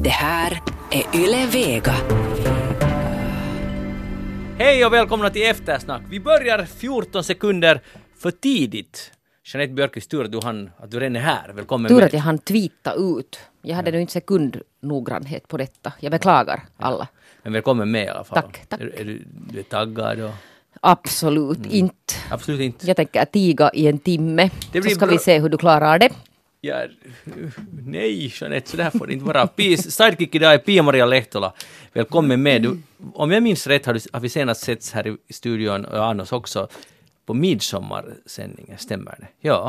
Det här är Yle Vega. Hej och välkomna till Eftersnack. Vi börjar 14 sekunder för tidigt. Jeanette Björkqvist, tur att du redan är här. Välkommen tur med. att jag hann tweeta ut. Jag hade nog inte sekundnoggrannhet på detta. Jag beklagar alla. Men välkommen med i alla fall. Tack. Är du taggad? Och... Absolut inte. Absolut inte. Jag tänker tiga i en timme. Det Så blir ska bra. vi se hur du klarar det. Ja, nej, Jeanette, så där får det inte vara. Sidekick idag är Pia-Maria Lehtola. Välkommen med. Du, om jag minns rätt har vi senast setts här i studion och annars också på midsommarsändningen. Stämmer det? Ja.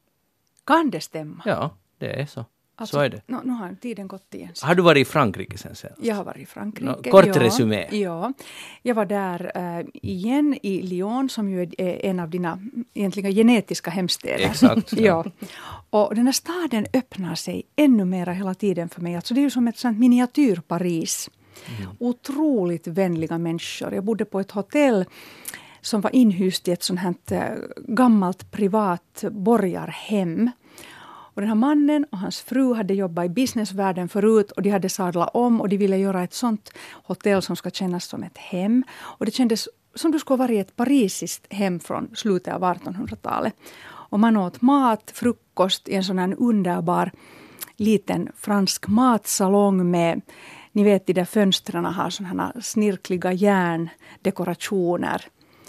Kan det stämma? Ja, det är så. Alltså, så är det. Nu har tiden gått igen. Har du varit i Frankrike sen senast? Jag har varit i Frankrike. Kort resumé. Ja, jag var där igen i Lyon som ju är en av dina egentligen genetiska hemstäder. Exakt. Ja. Och den här staden öppnar sig ännu mer hela tiden för mig. Alltså det är ju som ett sånt miniatyr-Paris. Otroligt vänliga människor. Jag bodde på ett hotell som var inhyst i ett sånt här gammalt privat borgarhem. Och den här mannen och hans fru hade jobbat i businessvärlden förut och de hade sadlat om och de ville göra ett sånt hotell som ska kännas som ett hem. Och det kändes som du skulle vara i ett parisiskt hem från slutet av 1800-talet. Och man åt mat, frukost i en sån här underbar liten fransk matsalong med, ni vet, de där fönstren har såna här snirkliga järndekorationer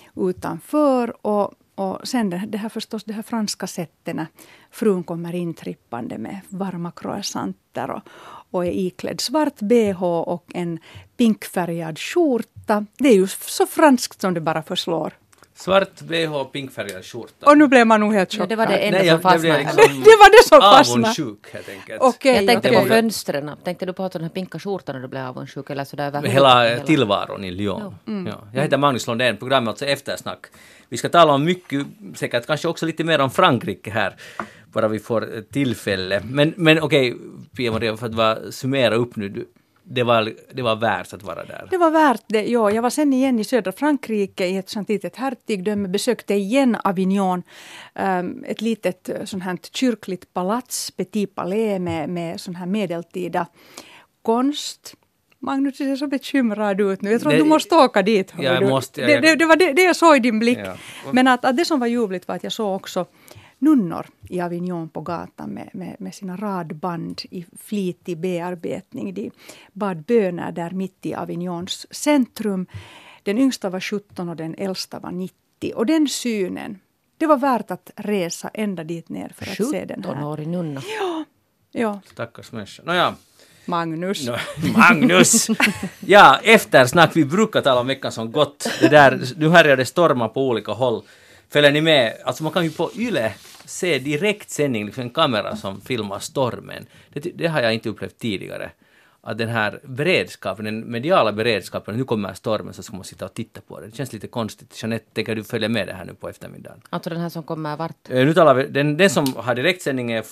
utanför och sen det här franska sättet när frun kommer in trippande med varma croissanter och är iklädd svart bh och en pinkfärgad skjorta. Det är ju så franskt som det bara förslår. Svart bh, pinkfärgad skjorta. Och nu blev man nog helt chockad. Ja, det var det enda som fastnade. Det var det som fastnade. Avundsjuk helt enkelt. Okej, Jag tänkte okej. på fönstren. Tänkte du på att den här pinka skjortan när du blev avundsjuk? Eller sådär över Hela tillvaron i Lyon. Ja. Jag heter Magnus Lundén, programmet alltså Eftersnack. Vi ska tala om mycket, säkert kanske också lite mer om Frankrike här, bara vi får tillfälle. Men okej, Pia-Maria, för att summera upp nu, det var värt att vara där. Det var värt det, ja. Jag var sen igen i södra Frankrike i ett sånt litet hertigdöme. Besökte igen Avignon. Ett litet sånt här kyrkligt palats, Petit Palais med sån här medeltida konst. Magnus ser så bekymrad ut nu. Jag tror att du måste åka dit. Jag måste. Det var det jag såg i din blick. Ja. Men att det som var ljuvligt var att jag såg också nunnor i Avignon på gatan med sina radband i flitig bearbetning. De bad böner där mitt i Avignons centrum. Den yngsta var 17 och den äldsta var 90. Och den synen, det var värt att resa ända dit ner för att se den här. 17-årig nunna. Ja, Stackars människa. Nåja. Magnus. Magnus! Ja, eftersnack. Vi brukar tala om veckan som gått. Nu härjar det stormar på olika håll. Följer ni med? Alltså man kan ju på Yle se direktsändning, liksom en kamera som filmar stormen. Det har jag inte upplevt tidigare. Att den här beredskapen, den mediala beredskapen, nu kommer stormen så ska man sitta och titta på det. Det känns lite konstigt. Jeanette, tänker du följa med det här nu på eftermiddagen? Alltså den här som kommer vart? Nu talar vi, den som har direktsändning är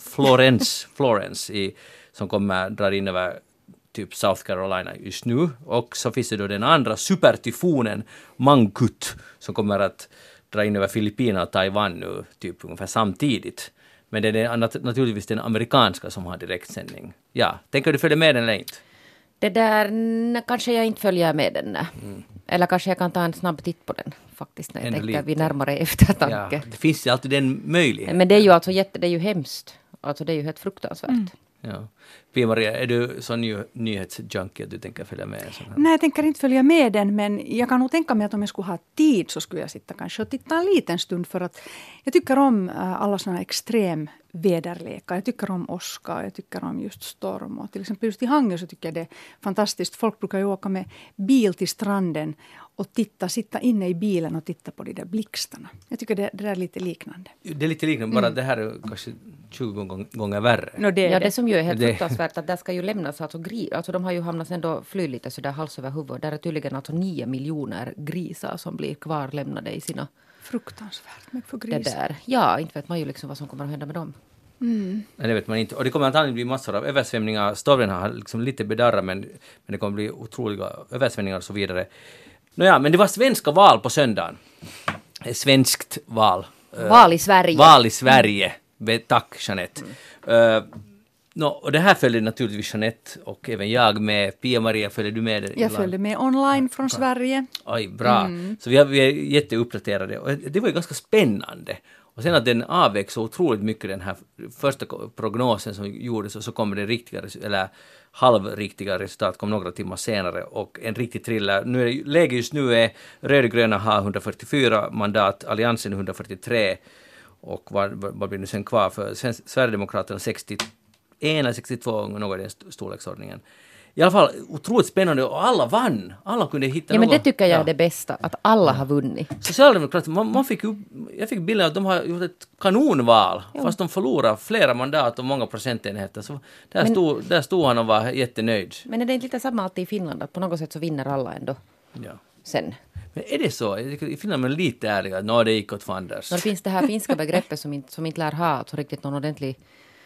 Florence som kommer dra in över typ South Carolina just nu. Och så finns det då den andra supertyfonen Mangkhut som kommer att dra in över Filippinerna och Taiwan nu typ ungefär samtidigt. Men det är naturligtvis den amerikanska som har direktsändning. Ja, tänker du följa med den eller inte? Det där, kanske jag inte följer med den. Eller kanske jag kan ta en snabb titt på den faktiskt när jag Ändå tänker lite. vid närmare eftertanke. Ja, det finns ju alltid den möjligheten. Men det är ju alltså det är ju hemskt. Alltså det är ju helt fruktansvärt. Ja. Pia-Maria, är du så nyhetsjunkie att du tänker följa med? Nej, jag tänker inte följa med den, men jag kan nog tänka mig att om jag skulle ha tid så skulle jag sitta kanske och titta en liten stund för att jag tycker om alla sådana extrem väderlekar. Jag tycker om åska, jag tycker om just storm och till exempel just i Hangö så tycker jag det är fantastiskt. Folk brukar ju åka med bil till stranden och sitta inne i bilen och titta på de där blixtarna. Jag tycker det där är lite liknande. Det är lite liknande, bara det här är kanske 20 gånger värre. Det som ju är helt fruktansvärt att där ska ju lämnas alltså alltså de har ju hamnat sen då fly lite så där hals över huvud. Där är tydligen alltså 9 miljoner grisar som blir kvarlämnade i sina... Fruktansvärt mycket för Det grisar. där. Ja, inte vet man ju liksom vad som kommer att hända med dem. Nej, det vet man inte. Och det kommer antagligen bli massor av översvämningar. Stormen har liksom lite bedarrat men det kommer bli otroliga översvämningar och så vidare. Nåja, men det var svenska val på söndagen. Svenskt val. Val i Sverige. Val i Sverige. Tack, Jeanette. Och det här följde naturligtvis Jeanette och även jag med. Pia-Maria, följde du med? Jag följde med online från Sverige. Oj, bra. Så vi är jätteuppdaterade. Och det var ju ganska spännande. Och sen att den avvägs så otroligt mycket, den här första prognosen som gjordes, och så kommer det riktiga, eller halvriktiga resultat kom några timmar senare, och en riktig thriller. Nu är läget just nu är rödgröna har 144 mandat, alliansen 143, och vad blir nu sen kvar för Sverigedemokraterna 61 eller 62, något i den storleksordningen. I alla fall otroligt spännande, och alla vann. Alla kunde hitta Ja, något. men det tycker jag är det bästa, att alla har vunnit. Socialdemokraterna, jag fick bilden att de har gjort ett kanonval, fast de förlorar flera mandat och många procentenheter. Så där stod han och var jättenöjd. Men är det inte lite samma alltid i Finland, att på något sätt så vinner alla ändå sen? Men är det så? I Finland är man lite ärliga, att det gick åt fanders. Det finns det här finska begreppet som inte lär ha så riktigt någon ordentlig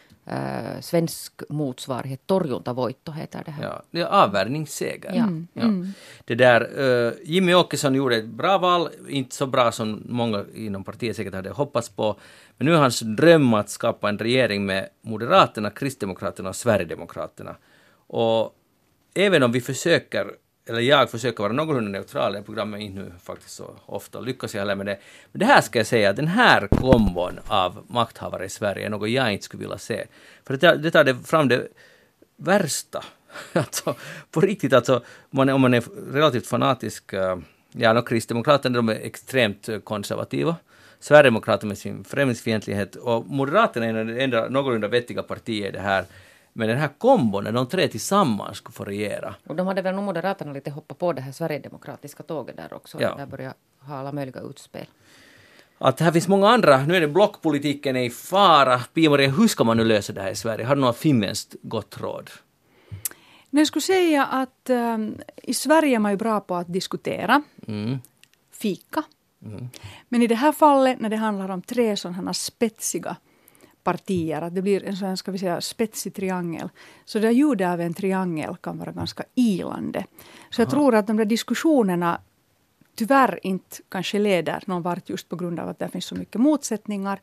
svensk motsvarighet. Torjuntavoitto heter det här. Ja, det är avvärjningsseger. Ja. Det där, Jimmy Åkesson gjorde ett bra val, inte så bra som många inom partiet säkert hade hoppats på. Men nu är hans dröm att skapa en regering med Moderaterna, Kristdemokraterna och Sverigedemokraterna. Och även om jag försöker vara någorlunda neutral i programmet, inte nu faktiskt så ofta lyckas jag heller med det. Men det här ska jag säga, den här kombon av makthavare i Sverige är något jag inte skulle vilja se. För det tar det fram det värsta. Alltså, på riktigt, alltså, om man är relativt fanatisk, Kristdemokraterna, de är extremt konservativa. Sverigedemokraterna med sin främlingsfientlighet, och Moderaterna är det enda någorlunda vettiga partiet i det här. Men den här kombon, när de tre tillsammans skulle få regera. Och de hade väl nog Moderaterna lite hoppat på det här sverigedemokratiska tåget där också. Ja. Där börjar ha alla möjliga utspel. Att här finns många andra, nu är det blockpolitiken är i fara. Pia-Maria, hur ska man nu lösa det här i Sverige? Har du några finskt gott råd? Jag skulle säga att i Sverige är man ju bra på att diskutera. Fika. Men i det här fallet, när det handlar om tre sådana spetsiga partier, att det blir en sån, ska vi säga, spetsig triangel. Så det ljudet av en triangel kan vara ganska ilande. Så jag tror att de där diskussionerna tyvärr inte kanske leder någon vart, just på grund av att det finns så mycket motsättningar.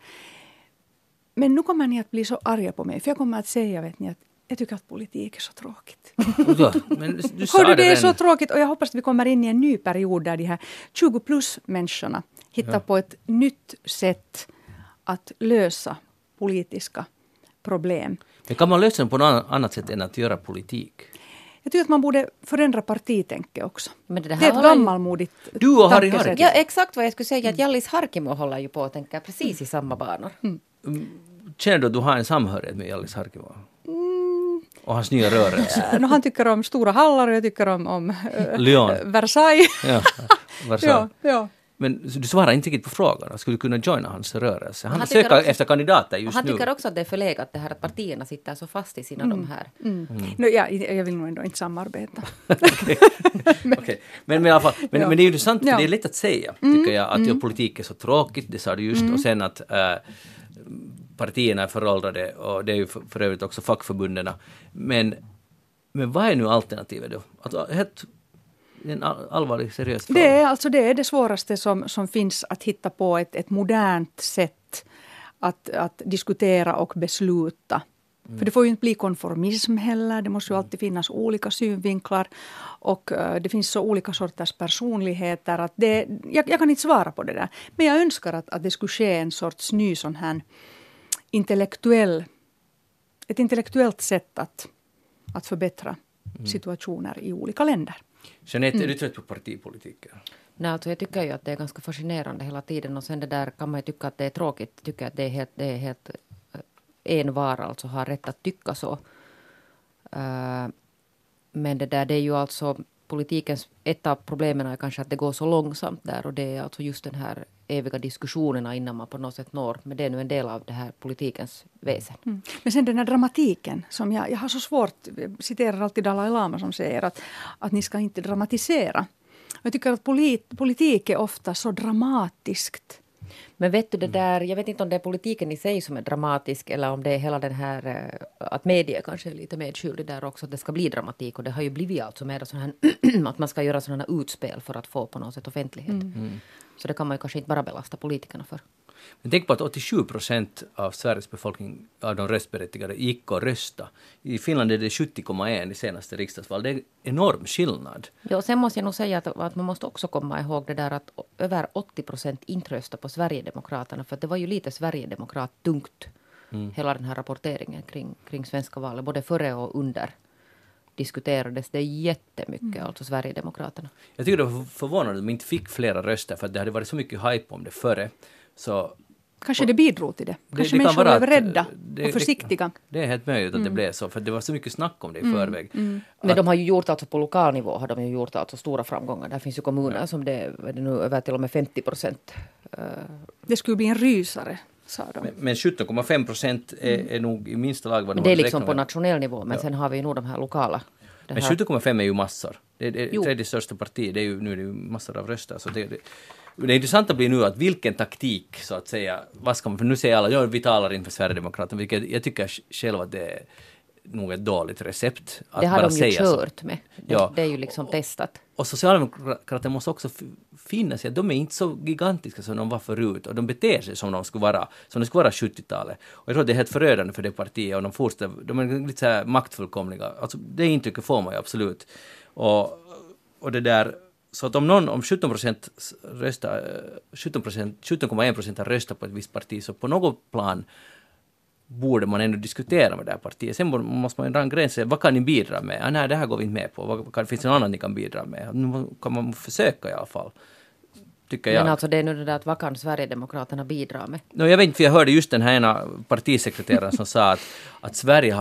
Men nu kommer ni att bli så arga på mig, för jag kommer att säga, vet ni, att jag tycker att politik är så tråkigt. Men du sa det är så tråkigt, och jag hoppas att vi kommer in i en ny period där de här 20 plus människorna hittar på ett nytt sätt att lösa politiska problem. Men kan man lösa den på något annat sätt än att göra politik? Jag tycker att man borde förändra partitänke också. Men det är ett gammalmodigt Du och Harry tankesätt. Harkimo. Ja, exakt vad jag skulle säga. Att Jallis Harkimo håller ju på att tänka precis i samma banor. Känner du att du har en samhörighet med Jallis Harkimo? Och hans nya rörelse? Han tycker om stora hallar, och jag tycker om Lyon. Versailles. Ja, Versailles. Ja. Men du svarar inte riktigt på frågan. Skulle du kunna joina hans rörelse? Han tycker söker också, efter kandidater just han nu. Han tycker också att det är förlegat det här att partierna sitter så fast i sina de här. Jag vill nog ändå inte samarbeta. Okej. Men i alla fall, men det är intressant, för det är lätt att säga, tycker jag, att politik är så tråkigt, det sa du just, och sen att partierna är föråldrade, och det är ju för övrigt också fackförbunderna. Men vad är nu alternativet då? En allvarlig, seriös fråga. Det är det svåraste som finns, att hitta på ett modernt sätt att diskutera och besluta. För det får ju inte bli konformism heller. Det måste ju alltid finnas olika synvinklar. Och det finns så olika sorters personligheter. Att jag kan inte svara på det där. Men jag önskar att det skulle ske en sorts ny sån här ett intellektuellt sätt att förbättra situationer i olika länder. Jeanette, är du trött på partipolitiken? Nej, alltså jag tycker ju att det är ganska fascinerande hela tiden, och sen det där kan man ju tycka att det är tråkigt. Tycker att det är helt envar alltså har rätt att tycka så. Men det är ju alltså politikens, ett av problemen är kanske att det går så långsamt där, och det är alltså just den här eviga diskussionerna innan man på något sätt når. Men det är nu en del av det här politikens väsen. Men sen den här dramatiken som jag har så svårt, jag citerar alltid Dalai Lama som säger att ni ska inte dramatisera. Jag tycker att politik är ofta så dramatiskt. Men vet du det där, jag vet inte om det är politiken i sig som är dramatisk, eller om det är hela den här, att media kanske är lite medskyldig där också, att det ska bli dramatik, och det har ju blivit alltså mer sån här att man ska göra sådana utspel för att få på något sätt offentlighet. Så det kan man ju kanske inte bara belasta politikerna för. Men tänk på att 87% av Sveriges befolkning, av de röstberättigade, gick och rösta. I Finland är det 70,1 i senaste riksdagsval. Det är en enorm skillnad. Ja, sen måste jag nog säga att man måste också komma ihåg det där att över 80% inte röstar på Sverigedemokraterna. För att det var ju lite Sverigedemokrat-tungt. Hela den här rapporteringen kring svenska valet. Både före och under diskuterades det jättemycket, alltså Sverigedemokraterna. Jag tycker det var förvånande att de inte fick flera röster, för att det hade varit så mycket hype om det före. Så, Kanske det bidrog till det. Kanske det människor kan blev rädda och försiktiga. Det är helt möjligt att det blev så, för det var så mycket snack om det i förväg. Men de har ju gjort alltså på lokal nivå har de ju gjort alltså stora framgångar. Där finns ju kommuner som det är nu över till och med 50%. Det skulle bli en rysare, sa de. Men 17,5% är nog i minsta lag vad de Det är hade liksom räknat på med. nationell nivå, men sen har vi ju nog de här lokala. Men 17,5 är ju massor. Det är Jo. tredje största parti. Det är ju massor av röster. Så det intressanta blir nu att vilken taktik, så att säga, vad ska man, för nu säger alla, ja, vi talar inför Sverigedemokraterna, vilket jag tycker själv att det är nog ett dåligt recept. Att Det har bara de ju säga så. kört med. Ja. Det är ju liksom testat. Och Socialdemokraterna måste också finna sig att de är inte så gigantiska som de var förut, och de beter sig som de skulle vara 70-talet. Och jag tror att det är helt förödande för det partiet, och de är lite så här maktfullkomliga. Alltså det intrycket får man ju absolut. Och det där, så att om 17% röstar, 17,1% har röstat på ett visst parti, så på något plan borde man ändå diskutera med det här partiet. Sen måste man dra en gräns. Vad kan ni bidra med? Nej, det här går vi inte med på. Finns det något annat ni kan bidra med? Nu kan man försöka i alla fall. Tycker jag. Men alltså det är nu det där att vad kan Sverigedemokraterna bidra med? Jag vet inte, för jag hörde just den här ena partisekreteraren som sa att Sverige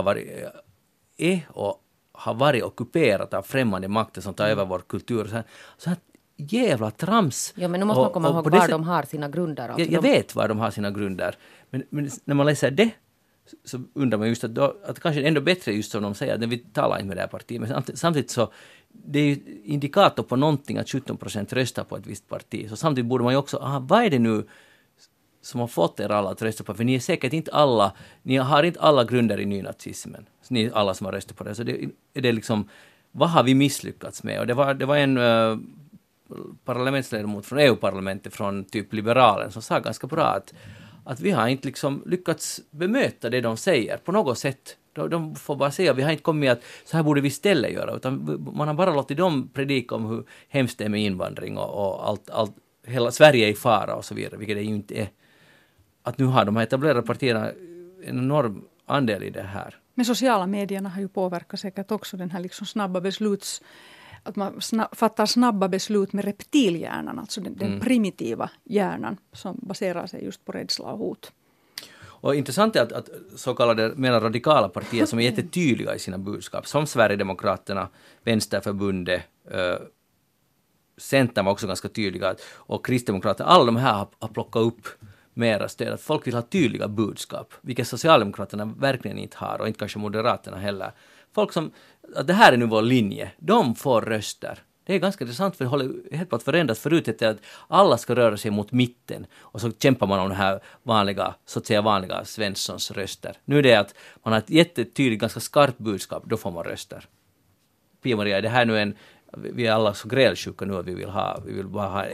har varit ockuperat av främmande makter som tar över vår kultur. Så här jävla trams. Ja, men nu måste man komma ihåg var de har sina grunder. Alltså jag vet var de har sina grunder. Men när man läser det, så undrar man just att kanske det är ändå bättre, just som de säger, att vi talar inte med det här partiet. Men samtidigt så, det är ju indikator på någonting att 17% röstar på ett visst parti. Så samtidigt borde man ju också, vad är det nu som har fått er alla att rösta på? För ni är säkert inte alla, ni har inte alla grunder i nynazismen. Så ni alla som har röstat på det. Så det är liksom, vad har vi misslyckats med? Och det var en parlamentsledamot från EU-parlamentet, från typ liberalen, som sa ganska bra att vi har inte liksom lyckats bemöta det de säger på något sätt. De får bara säga, vi har inte kommit att så här borde vi istället göra, utan man har bara låtit dem predika om hur hemskt det är med invandring och allt hela Sverige är i fara och så vidare, vilket det ju inte är. Att nu har de här etablerade partierna en enorm andel i det här. Men sociala medierna har ju påverkat säkert också den här liksom snabba besluts... Att man fattar snabba beslut med reptilhjärnan, alltså den primitiva hjärnan som baserar sig just på rädsla och hot. Och intressant är att så kallade mer radikala partier som är jättetydliga i sina budskap, som Sverigedemokraterna, Vänsterförbundet, Centern var också ganska tydliga, och Kristdemokraterna, alla de här har plockat upp mera stöd. Att folk vill ha tydliga budskap, vilket Socialdemokraterna verkligen inte har, och inte kanske Moderaterna heller. Folk som, att det här är nu vår linje, de får röster. Det är ganska intressant, för det håller helt på att förändras. Förut att alla ska röra sig mot mitten, och så kämpar man om de här vanliga, så att säga vanliga Svenssons röster. Nu är det att man har ett jättetydligt, ganska skarpt budskap, då får man röster. Pia-Maria, det här nu vi är alla så grälsjuka nu att vi vill bara ha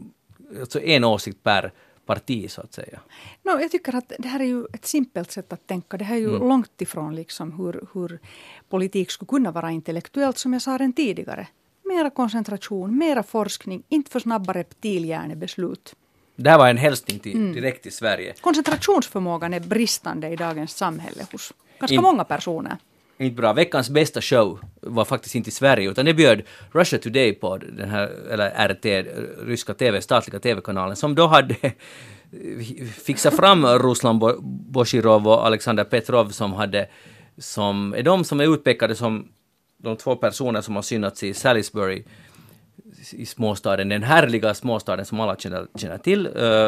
en åsikt per parti, så att säga. Jag tycker att det här är ju ett simpelt sätt att tänka. Det här är ju långt ifrån liksom hur politik skulle kunna vara intellektuellt, som jag sa redan tidigare. Mera koncentration, mera forskning, inte för snabba reptilhjärnebeslut. Det här var en hälsning direkt till Sverige. Koncentrationsförmågan är bristande i dagens samhälle hos ganska många personer. Inte bra. Veckans bästa show var faktiskt inte i Sverige, utan det bjöd Russia Today på den här, eller RT, ryska statliga tv-kanalen, som då hade fixat fram Ruslan Boshirov och Alexander Petrov, som är de som är utpekade som de två personer som har synats i Salisbury, i småstaden, den härliga småstaden som alla känner till.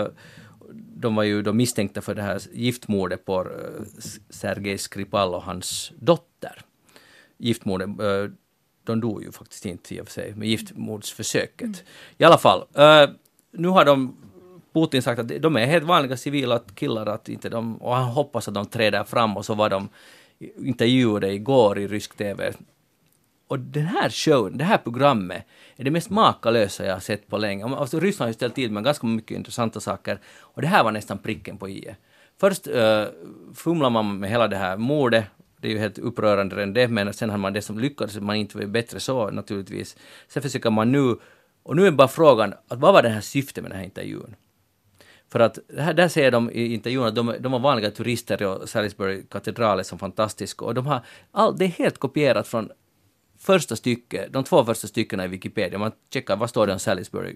De var ju då misstänkta för det här giftmordet på Sergej Skripal och hans dotter. Giftmordet, de dog ju faktiskt inte i och för sig, med giftmordsförsöket. I alla fall, nu har Putin sagt att de är helt vanliga civila killar, att inte och han hoppas att de träder fram, och så var de intervjuade igår i rysk tv Och den här showen, det här programmet är det mest makalösa jag har sett på länge. Alltså, Ryssland har ju ställt till med ganska mycket intressanta saker. Och det här var nästan pricken på i. Först fumlar man med hela det här mordet. Det är ju helt upprörande redan det. Men sen har man det som lyckades. Man inte var bättre så naturligtvis. Sen försöker man nu. Och nu är bara frågan. Att vad var det här syftet med den här intervjun? För att där ser de i intervjun att de var vanliga turister och Salisbury katedral är så fantastisk. Och det är helt kopierat från första stycket, de 2 första styckena i Wikipedia. Man checkar vad står det om Salisbury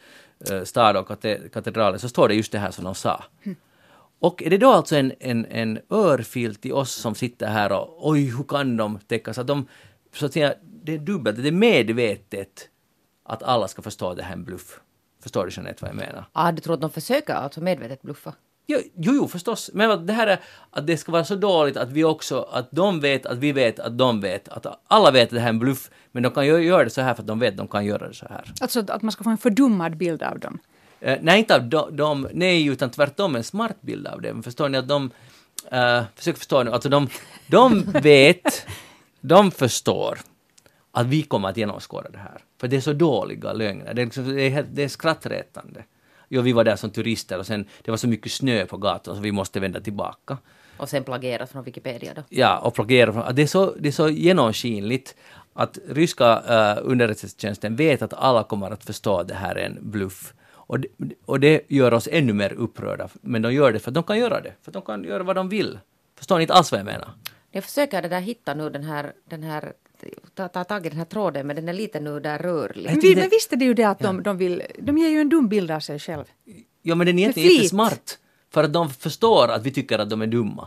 stad och katedralen, så står det just det här som de sa. Och är det då alltså en örfil till oss som sitter här och oj, hur kan de täcka? Så att säga, det är dubbelt, det är medvetet att alla ska förstå det här en bluff. Förstår du, Jeanette, vad jag menar? Ja, du tror att de försöker alltså medvetet bluffa? Jo, förstås. Men det här är att det ska vara så dåligt att vi också, att de vet, att vi vet, att de vet. Att alla vet att det här är en bluff, men de kan göra det så här för att de vet att de kan göra det så här. Alltså att man ska få en fördummad bild av dem? Nej, inte av dem, nej, utan tvärtom en smart bild av dem. Förstår ni att de, försök förstå nu, alltså de vet, de förstår att vi kommer att genomskåda det här. För det är så dåliga lögner, det är skrattretande. Jo, vi var där som turister och sen det var så mycket snö på gatan så vi måste vända tillbaka. Och sen plagerat från Wikipedia då? Ja, och plagerat. Det är så genomskinligt att ryska underrättelsetjänsten vet att alla kommer att förstå att det här är en bluff. Och det gör oss ännu mer upprörda. Men de gör det för att de kan göra det. För att de kan göra vad de vill. Förstår ni inte alls vad jag menar? Jag försöker det där hitta nu den här ta tag i den här tråden, men den är lite nu där rörlig. Men visste det ju det att de ger ju en dum bild av sig själv. Ja, men den är egentligen jättesmart. För att de förstår att vi tycker att de är dumma.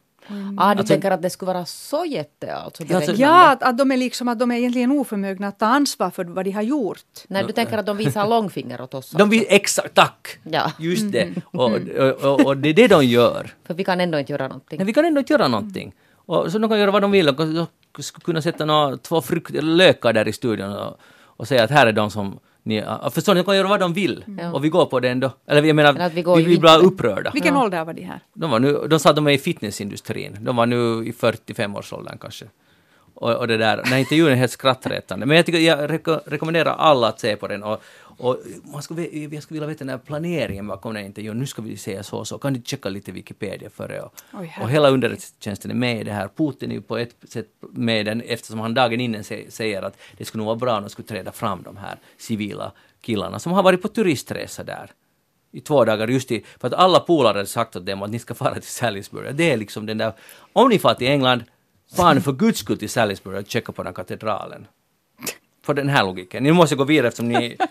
Du tänker att det skulle vara så jätte alltså. Att de är liksom att de är egentligen oförmögna att ta ansvar för vad de har gjort. Nej, du tänker att de visar långfinger åt oss. Exakt, tack. Ja. Just det. Och det är det de gör. För vi kan ändå inte göra någonting. Nej, vi kan ändå inte göra någonting. Och så de kan göra vad de vill. De skulle kunna sätta 2 lökar där i studion och säga att här är de som ni... Förstår ni, de kan göra vad de vill. Och vi går på det ändå. Eller jag menar, vi blir bara upprörda. Vilken ålder var de här? De sa att de är i fitnessindustrin. De var nu i 45-årsåldern kanske. Och det där, den intervjun är helt skrattretande. Men jag rekommenderar alla att se på den. Och jag skulle vilja veta den här planeringen bakom den intervjun. Nu ska vi säga så. Kan du checka lite Wikipedia före? Och hela underrättelsetjänsten är med i det här. Putin är ju på ett sätt med den eftersom han dagen innan säger att det skulle nog vara bra om de skulle träda fram de här civila killarna som har varit på turistresa där i 2 dagar för att alla polare hade sagt åt dem att ni ska fara till Salisbury. Det är liksom den där, om ni far till England, fan för guds skull till Salisbury och checka på den katedralen. För den här logiken. Ni måste gå vidare eftersom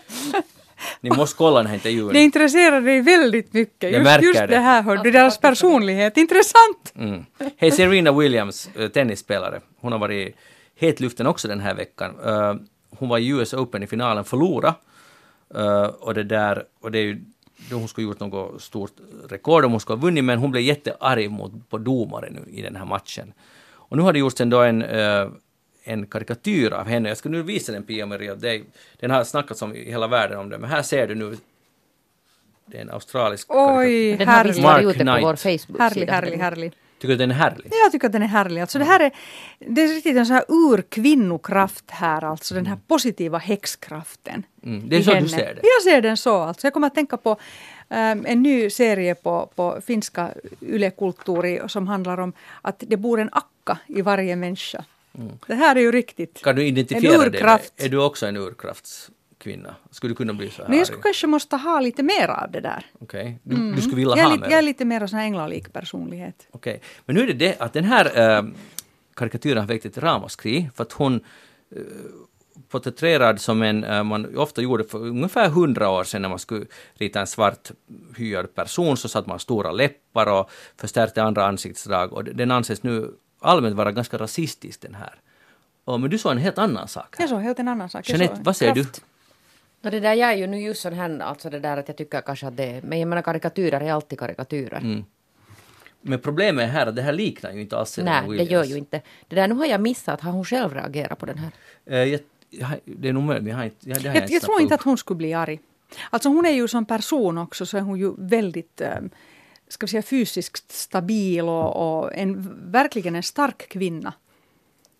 ni måste kolla den här intervjun. Det intresserar dig väldigt mycket. Just det här hörde deras personlighet. Intressant! Hej, Serena Williams, tennisspelare. Hon har varit het luften också den här veckan. Hon var i US Open i finalen, förlorade. Och det är ju då hon skulle gjort något stort rekord och hon skulle ha vunnit, men hon blev jättearg på domaren nu i den här matchen. Och nu har det gjorts ändå en karikatyr av henne. Jag ska nu visa den, Pia-Maria. Den har snackats om i hela världen om det. Men här ser du nu. Det är en australisk karikatyr. Den har vi slagit ute på vår Facebook-sida. Härlig. Tycker du att den är härlig? Ja, jag tycker att den är härlig. Alltså det är riktigt en så här urkvinnokraft här. Alltså den här positiva häxkraften. Det är så du ser det? Jag ser den så. Alltså jag kommer att tänka på en ny serie på finska Yle-kulturi som handlar om att det bor en akka i varje människa. Det här är ju riktigt. Kan du identifiera det? Är du också en urkraftskvinna? Skulle du kunna bli så här? Men jag skulle kanske måste ha lite mer av det där. Okej. Du skulle vilja ha mer? Jag är lite mer sån här änglalik personlighet. Okej. Men nu är det att den här karikatyren har väckt ett ramaskri för att hon porträtterad som man ofta gjorde för ungefär 100 år sedan när man skulle rita en svart hyad person, så satt man stora läppar och förstärkte andra ansiktsdrag, och den anses nu allmänt vara ganska rasistisk den här. Men du såg en helt annan sak här. Jag såg helt en annan sak. Jeanette, vad säger du? Det där jag är ju nu just sån här, alltså det där att jag tycker kanske att det, men jag menar karikatyrer är alltid karikatyrer. Men problemet är här att det här liknar ju inte alls Serena Williams. Williams. Det gör ju inte. Det där, nu har jag missat, har hon själv reagerat på den här? Det är nog möjligt, jag tror inte att hon skulle bli arg. Alltså hon är ju som person också, så är hon ju väldigt fysiskt stabil och verkligen en stark kvinna.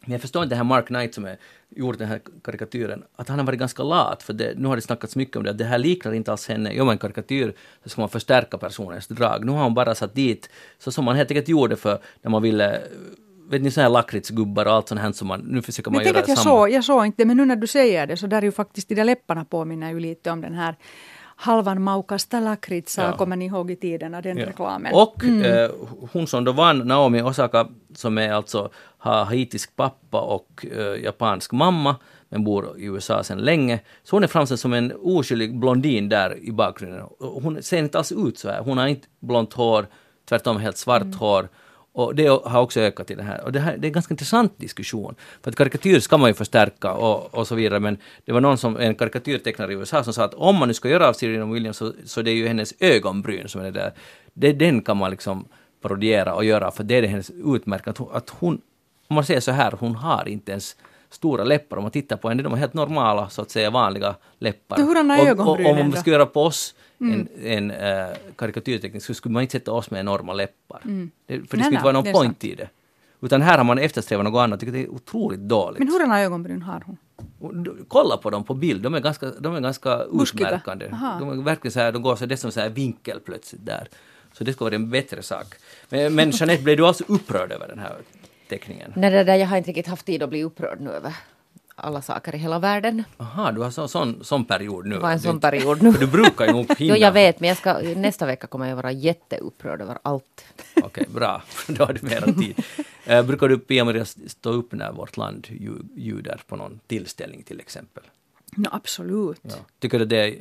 Men jag förstår inte den här Mark Knight som har gjort den här karikatyren, att han har varit ganska lat, för nu har det snackats mycket om det, att det här liknar inte alls henne. Gör man en karikatyr så ska man förstärka personens drag. Nu har hon bara satt dit, så som man helt enkelt gjorde för när man ville, vet ni, så här lakritsgubbar och allt sånt här som man, nu försöker man göra samma. Jag såg inte, men nu när du säger det så där är ju faktiskt de där läpparna påminner ju lite om den här halvan maukasta lakritsa, kommer ni ihåg i tiden av den reklamen. Och hon som då vann, Naomi Osaka, som är alltså har haitisk pappa och japansk mamma, men bor i USA sedan länge. Så hon är framställd som en oskyldig blondin där i bakgrunden. Hon ser inte alls ut så här. Hon har inte blont hår, tvärtom helt svart hår. Och det har också ökat i det här. Och det är en ganska intressant diskussion. För att karikatyr ska man ju förstärka och så vidare. Men det var en karikatyrtecknare i USA som sa att om man nu ska göra av Serena Williams så det är ju hennes ögonbryn som är det där. Den kan man liksom parodiera och göra, för det är hennes utmärkande. Att hon, om man säger så här, hon har inte ens stora läppar. Om man tittar på henne, de är helt normala, så att säga vanliga läppar. Och om man ska göra på oss en karikatyrteckning så skulle man inte sätta oss med enorma läppar. För det skulle inte vara någon point i det. Utan här har man eftersträvat något annat. Jag tycker det är otroligt dåligt. Men hurdana ögonbryn har hon? Kolla på dem på bild. De är ganska utmärkande. De är verkligen så här, de går så, det är som så här vinkel plötsligt där. Så det ska vara en bättre sak. Men Jeanette, blev du alltså upprörd över den här teckningen? Nej, det där, jag har inte riktigt haft tid att bli upprörd nu över alla saker i hela världen. Aha, du har sån period nu. Det var en sån period nu. För du brukar ju nog hinna. Jo, jag vet, men nästa vecka kommer jag vara jätteupprörd över allt. Okej, bra. Då har du mera tid. Brukar du, Pia-Maria, stå upp när vårt land ljuder på någon tillställning till exempel? No, absolut. Ja. Tycker du det är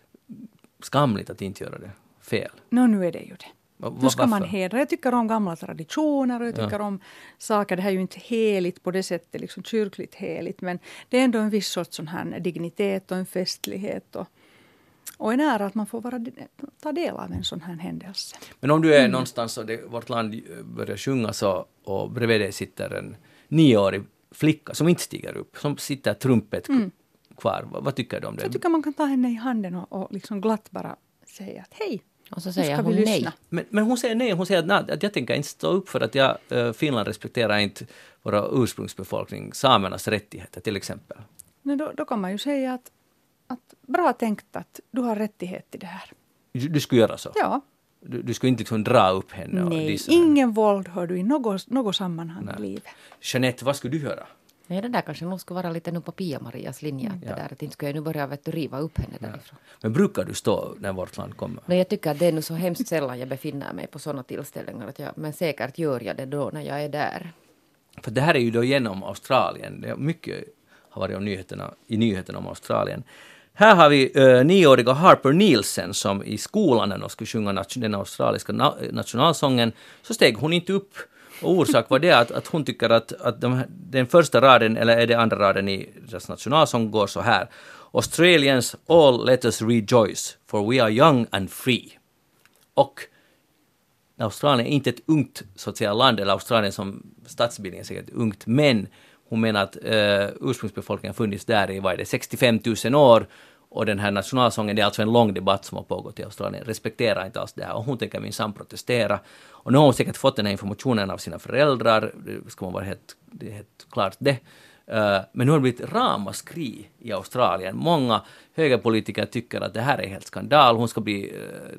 skamligt att inte göra det? Fel? Nu är det ju det. Då ska man hedra. Jag tycker om gamla traditioner och jag tycker om saker. Det här är ju inte heligt på det sättet, liksom kyrkligt heligt. Men det är ändå en viss sorts sån här dignitet och en festlighet. Och en ära att man får ta del av en sån här händelse. Men om du är någonstans och vårt land börjar sjunga så, och bredvid dig sitter en 9-årig flicka som inte stiger upp. Som sitter trumpet kvar. Vad tycker du om det? Jag tycker man kan ta henne i handen och liksom glatt bara säga att hej. Och så säger hon nej. Men hon säger nej. Hon säger att jag tänker inte stå upp för att Finland respekterar inte våra ursprungsbefolkning, samernas rättigheter till exempel. Men då kan man ju säga att bra tänkt att du har rättighet till det här. Du skulle göra så? Ja. Du skulle inte liksom dra upp henne? Nej, ingen våld hör du i något sammanhang i livet. Jeanette, vad skulle du göra? Nej, det där kanske nog skulle vara lite nu på Pia-Marias linje. Det där, att inte ska jag nu börja riva upp henne därifrån. Men brukar du stå när vårt land kommer? Nej, jag tycker att det är nu så hemskt sällan jag befinner mig på sådana tillställningar. Men säkert gör jag det då när jag är där. För det här är ju då genom Australien. Det är mycket har varit i nyheterna om Australien. Här har vi 9-åriga Harper Nielsen som i skolan när de skulle sjunga den australiska nationalsången så steg hon inte upp. Och orsak var det att hon tycker att den första raden, eller är det andra raden i deras nationalsång, går så här. Australians, all let us rejoice, for we are young and free. Och Australien är inte ett ungt så att säga, land, eller Australien som statsbildning är säkert ungt, men hon menar att ursprungsbefolkningen har funnits där i 65 000 år. Och den här nationalsången, det är alltså en lång debatt som har pågått i Australien, respekterar inte alls det här. Och hon tänker minsann protestera. Och nu har hon säkert fått den här informationen av sina föräldrar, det ska man vara helt klart det. Men nu har det blivit ramaskri i Australien. Många högerpolitiker tycker att det här är helt skandal. Hon ska bli,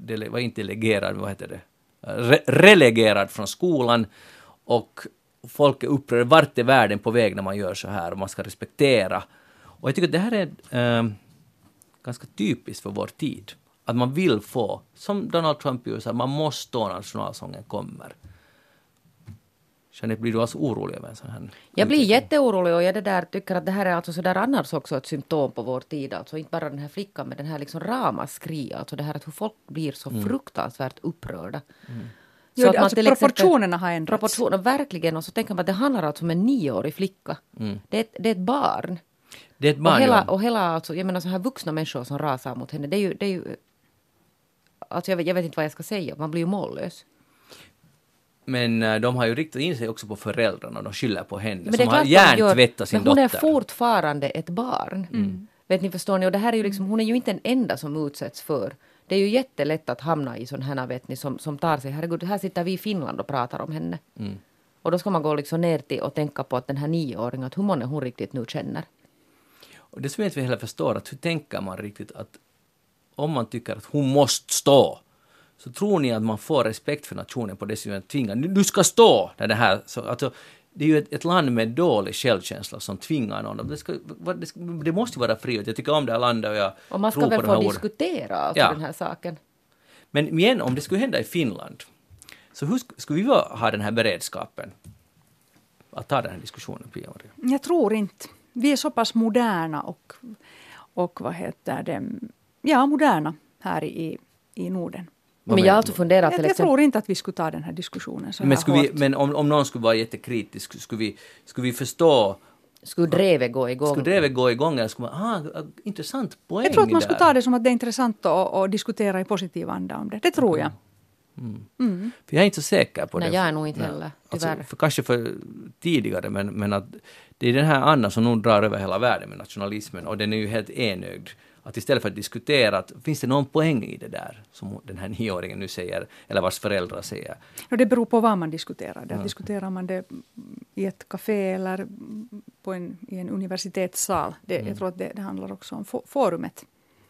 relegerad från skolan. Och folk är upprörda, vart är världen på väg när man gör så här och man ska respektera. Och jag tycker att det här är ganska typiskt för vår tid. Att man vill få, som Donald Trump gör, man måste stå när nationalsången kommer. Jeanette, blir du alltså orolig över en sån här? Jag blir jätteorolig och jag tycker att det här är alltså så där annars också ett symptom på vår tid. Alltså inte bara den här flickan med den här liksom ramaskri. Alltså det här att hur folk blir så fruktansvärt upprörda. Så att alltså proportionerna har ändrats. Proportionerna, verkligen. Och så tänker man att det handlar alltså om en 9-årig flicka. Det är ett barn. Det är ett barn, och hela alltså, jag menar så här vuxna människor som rasar mot henne. Det är ju alltså jag vet inte vad jag ska säga. Man blir ju mållös. Men de har ju riktat in sig också på föräldrarna och de skyller på henne. Men som har hjärntvättat sin dotter. Men hon är fortfarande ett barn. Vet ni, förstår ni? Och det här är ju liksom, hon är ju inte den enda som utsätts för. Det är ju jättelätt att hamna i sån här, vet ni, som tar sig. Herregud, här sitter vi i Finland och pratar om henne. Och då ska man gå liksom ner till och tänka på att den här 9-åringen, att hur många hon riktigt nu känner. Och det som jag inte heller förstår, att hur tänker man riktigt att om man tycker att hon måste stå, så tror ni att man får respekt för nationen på det som tvingar. Du ska stå! När det här, så, alltså, det är ju ett land med dålig självkänsla som tvingar någon. Det måste vara frihet. Jag tycker om det här landet och jag Och man ska tror väl på de här få orden. diskutera alltså den här saken. Men igen, om det skulle hända i Finland, så hur skulle vi ha den här beredskapen att ta den här diskussionen, Pia-Maria? Jag tror inte. Vi är så pass moderna och moderna här i Norden. Men jag har alltså funderat till Jag exempel... tror inte att vi skulle ta den här diskussionen så Men, här hårt. men om någon skulle vara jättekritisk, skulle vi förstå... Skulle drevet gå igång? Skulle drevet gå igång eller skulle man... intressant poäng. Jag tror att man skulle där. ta det som att det är intressant att diskutera i positiv anda om det. Det tror jag. För jag är inte så säker på det. Nej, jag är nog inte heller, tyvärr. Alltså, kanske för tidigare, men att det är den här andan som nog drar över hela världen med nationalismen, och den är ju helt enögd. Att istället för att diskutera, att finns det någon poäng i det där som den här 9-åringen nu säger, eller vars föräldrar säger? Och det beror på vad man diskuterar. Diskuterar man det i ett café eller i en universitetssal? Jag tror att det handlar också om forumet.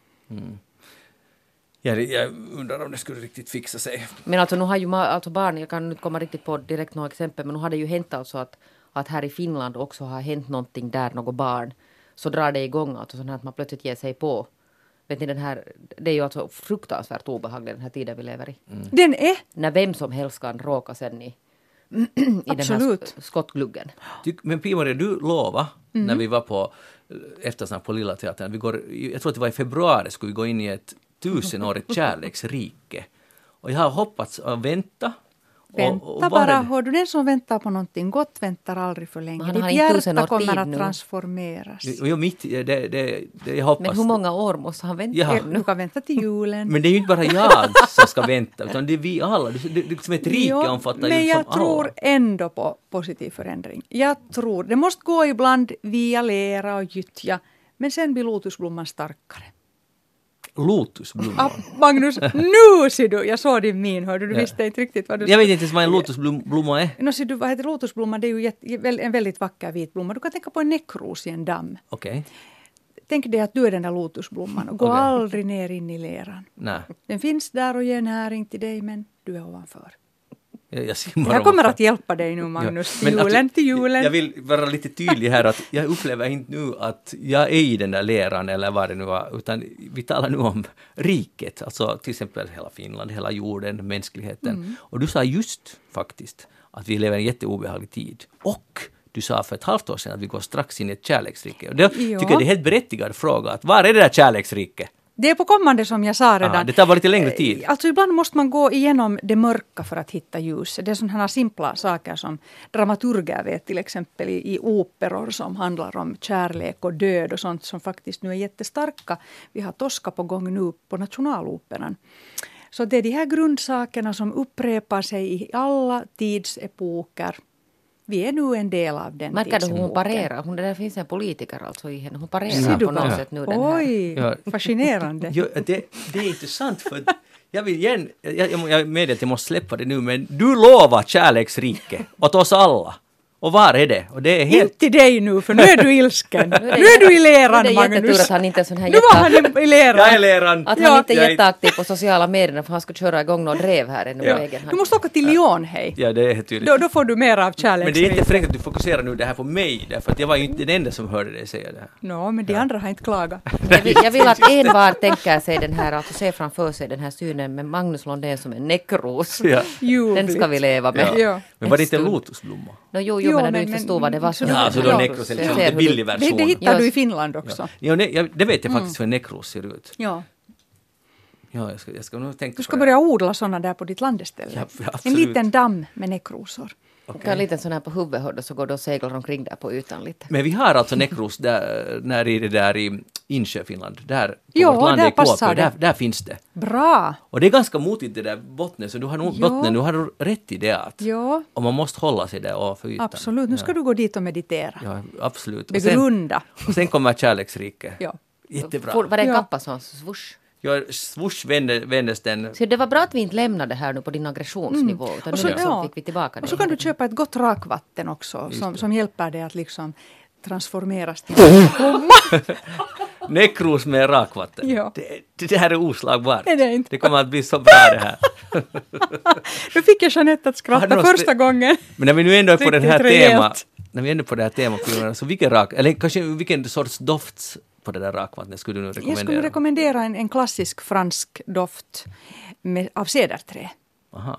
Jag undrar om det skulle riktigt fixa sig. Men alltså nu har ju barn, jag kan inte komma riktigt på direkt några exempel, men nu har det ju hänt alltså att här i Finland också har hänt någonting där, något barn, så drar det igång alltså sånt här att man plötsligt ger sig på. Vet ni, det är ju alltså fruktansvärt obehagligt den här tiden vi lever i. Den är? När vem som helst kan råka sen i den här skottgluggen. Men Pia-Maria, du lovade när vi var på eftersnack på Lilla Teatern, jag tror att det var i februari, skulle vi gå in i ett 1000-årigt kärleksrike. Och jag har hoppats att vänta. Vänta bara, hör du, den som väntar på någonting gott väntar aldrig för länge. Ditt hjärta kommer att transformeras. Jag hoppas. Men hur många år måste han vänta? Du kan vänta till julen. Men det är ju inte bara jag som ska vänta, utan det är vi alla. Det som ett rike omfattar men ju jag som alla. tror ändå på positiv förändring. Jag tror, det måste gå ibland via lera och gyttja, men sen blir lotusblomman starkare. Lotusblomma. Magnus, nu ser du! Jag såg din min, hörde du visste inte riktigt vad du... Jag vet inte ens vad en lotusblomma är. Nå, ser du, vad heter lotusblomma? Det är ju en väldigt vacker vit blomma. Du kan tänka på en näckros i en damm. Okej. Tänk dig att du är den där lotusblomman och gå aldrig ner in i leran. Nej. Den finns där och ger näring till dig, men du är ovanför. Jag simmar Jag kommer att hjälpa dig nu, Magnus, till julen. Jag vill vara lite tydlig här att jag upplever inte nu att jag är i den där leran eller vad det nu var, utan vi talar nu om riket, alltså till exempel hela Finland, hela jorden, mänskligheten. Och du sa just faktiskt att vi lever i en jätteobehaglig tid. Och du sa för ett halvt år sedan att vi går strax in i ett kärleksrike. Och det tycker jag det är en helt berättigad fråga, att var är det där kärleksriket? Det är på kommande som jag sa redan. Det tar bara lite längre tid. Alltså ibland måste man gå igenom det mörka för att hitta ljus. Det är sådana här simpla saker som dramaturger vet, till exempel i operor som handlar om kärlek och död och sånt som faktiskt nu är jättestarka. Vi har Tosca på gång nu på Nationaloperan. Så det är de här grundsakerna som upprepar sig i alla tidsepoker. Vi är nu en del av den tidsepoken. Märker du hur hon parerar? Det finns en politiker alltså i henne. Hon parerar på något sätt nu. Oj, fascinerande. Det är intressant för jag vill igen, jag medger att jag måste släppa det nu, men du lovar kärleksrike åt oss alla. Och var är det? Och det är helt... Inte till dig nu, för nu är du ilsken. Nu är du i leran, Magnus. Nu är det jättetur att han inte är sån här nu var han i leran. Jag är leran. Att han inte är jätteaktiv på sociala medier för han ska köra igång någon drev här ännu på egen hand. Du måste åka till Lyon, hej. Ja, det är tydligt. Då får du mer av kärlek. Men det är inte fräckt att du fokuserar nu det här på mig, därför att jag var ju inte den enda som hörde dig säga det här. Men de andra har inte klagat. Jag vill att envar tänker sig den här, alltså se framför sig den här synen med Magnus Lundén som en näckros. Ja. Den ska vi leva med. Ja. Men var det inte en lotusblomma? Jo, men du inte förstod vad det var. Ja, så då nekros är liksom en billig version. Det hittar du i Finland också. Ja, det vet jag faktiskt hur en nekros ser ut. Ja. Ja, jag ska nog tänka du ska på börja odla sådana där på ditt landeställe. Ja, en liten damm med nekrosor. Okay. En liten sån här på huvudet så går du och seglar omkring där på ytan lite. Men vi har alltså nekros där, när är det där i Insjö, Finland. Där på ja, vårt land där i passar det. Där finns det. Bra! Och det är ganska motigt det där bottnen, så du har nog bottnen, du har rätt i det att och man måste hålla sig där ovanför ytan. Absolut, nu ska du gå dit och meditera. Ja, absolut. Begrunda. Och sen kommer kärleksriket. Ja. Jättebra. Var det en kappa som swoosh? Swoosh vändes den. Så det var bra att vi inte lämnade det här nu på din aggressionsnivå. Utan Och så, nu liksom fick vi tillbaka det. Och så kan du köpa ett gott rakvatten också som hjälper dig att liksom transformeras till Nekros med rakvatten. Ja. Det här är oslagbart. Är det inte? Det kommer att bli så bra det här. Då fick jag Jeanette att Har du skratta något första gången. Men när vi nu ändå är på den här Riktigt tema, rejält. när vi ändå är på det här temat, så vilken sorts doft på det där rakvattnet skulle du nu rekommendera? Jag skulle rekommendera en klassisk fransk doft av cederträ. Aha.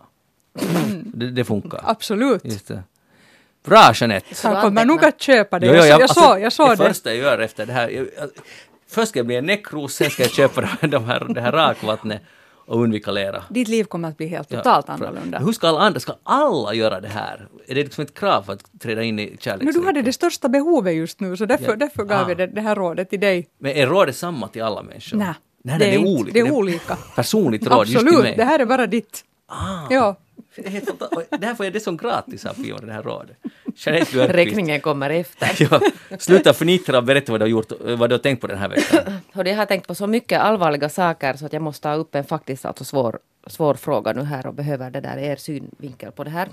Det funkar. Absolut. Just det. Bra, Jeanette. Så Han du kommer nog antecknar? att köpa det. Jo, Jag såg det det. första jag gör efter det här. Först ska jag bli en nekros, sen ska jag köpa det här rakvattnet och undvika lera. Ditt liv kommer att bli helt totalt annorlunda. Hur ska alla andra? Ska alla göra det här? Är det liksom ett krav för att träda in i Men kärlekslivet? du hade det största behovet just nu, så därför gav Ah. jag det här rådet till dig. Men är rådet samma till alla människor? Nej, Nej, det är inte. olika. Det är olika. Personligt råd just till mig. Absolut, det här är bara ditt. Ja. Det är helt fantastiskt. Det här får jag det som gratis av Pia, det här rådet. Jeanette Björkqvist. Räkningen kommer efter. Ja, sluta förnittra och berätta vad du har gjort, vad du har tänkt på den här veckan. Och jag har tänkt på så mycket allvarliga saker så att jag måste ta upp en faktiskt alltså svår fråga nu här och behöver det där er synvinkel på det här.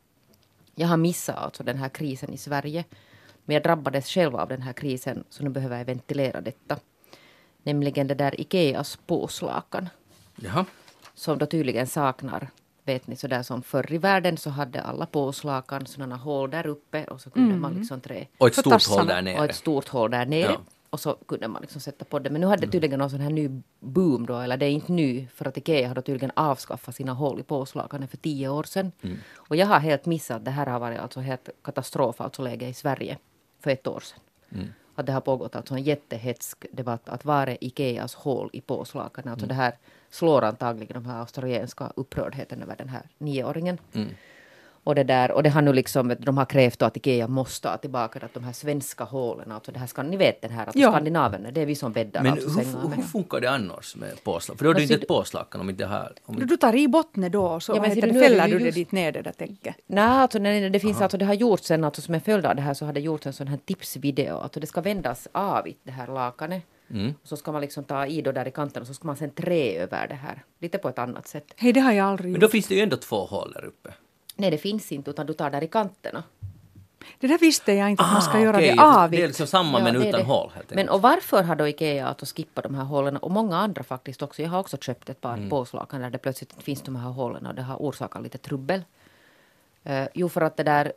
Jag har missat alltså den här krisen i Sverige. Men jag drabbades själv av den här krisen så nu behöver jag ventilera detta. Nämligen det där Ikeas påslakan. Jaha. Som då tydligen saknar, vet ni, så där som förr i världen så hade alla påslakan sådana hål där uppe och så kunde man liksom Och ett För stort tassarna. håll där nere. och ett stort hål där nere. Ja. Och så kunde man liksom sätta på det. Men nu hade det tydligen någon sån här ny boom då, eller det är inte ny, för att Ikea hade tydligen avskaffat sina hål i påslakanen för 10 år sedan. Och jag har helt missat, det här har varit alltså helt katastrof, alltså läge i Sverige för 1 år sedan. Att det har pågått alltså en jättehetsk debatt att vara Ikeas hål i påslakanen. Alltså det här slår antagligen de här australienska upprördheten över den här 9-åringen. Och det har nu liksom, de har krävt att Ikea måste ta tillbaka att de här svenska hålen, alltså det här ni vet den här, att Ja. skandinaverna, det är vi som bäddar Men alltså sängarna. hur funkar det annars med påslag? För då är det inte ett påslakan om inte det här... Du tar i botten då och så Ja, men ser du, nu är det fäller ju du det just- dit ner det där täcket. Nej, alltså det finns alltså, det har gjorts sen, alltså som en följd av det här så har det gjorts en sån här tipsvideo, alltså det ska vändas av i det här lakanet. Och så ska man liksom ta i då där i kanten och så ska man sen trä över det här, lite på ett annat sätt. Hej, det har jag aldrig Men gjort. då finns det ju ändå 2 hål där uppe. Nej, det finns inte, utan du tar där i kanterna. Det där visste jag inte att man ska göra okej. det avigt. Det är liksom samma Ja, men det är utan det. hål helt Men enkelt. och varför har då Ikea att skippa de här hålen och många andra faktiskt också. Jag har också köpt ett par påslakan där det plötsligt inte finns de här hålen och det har orsakat lite trubbel. Jo, för att det där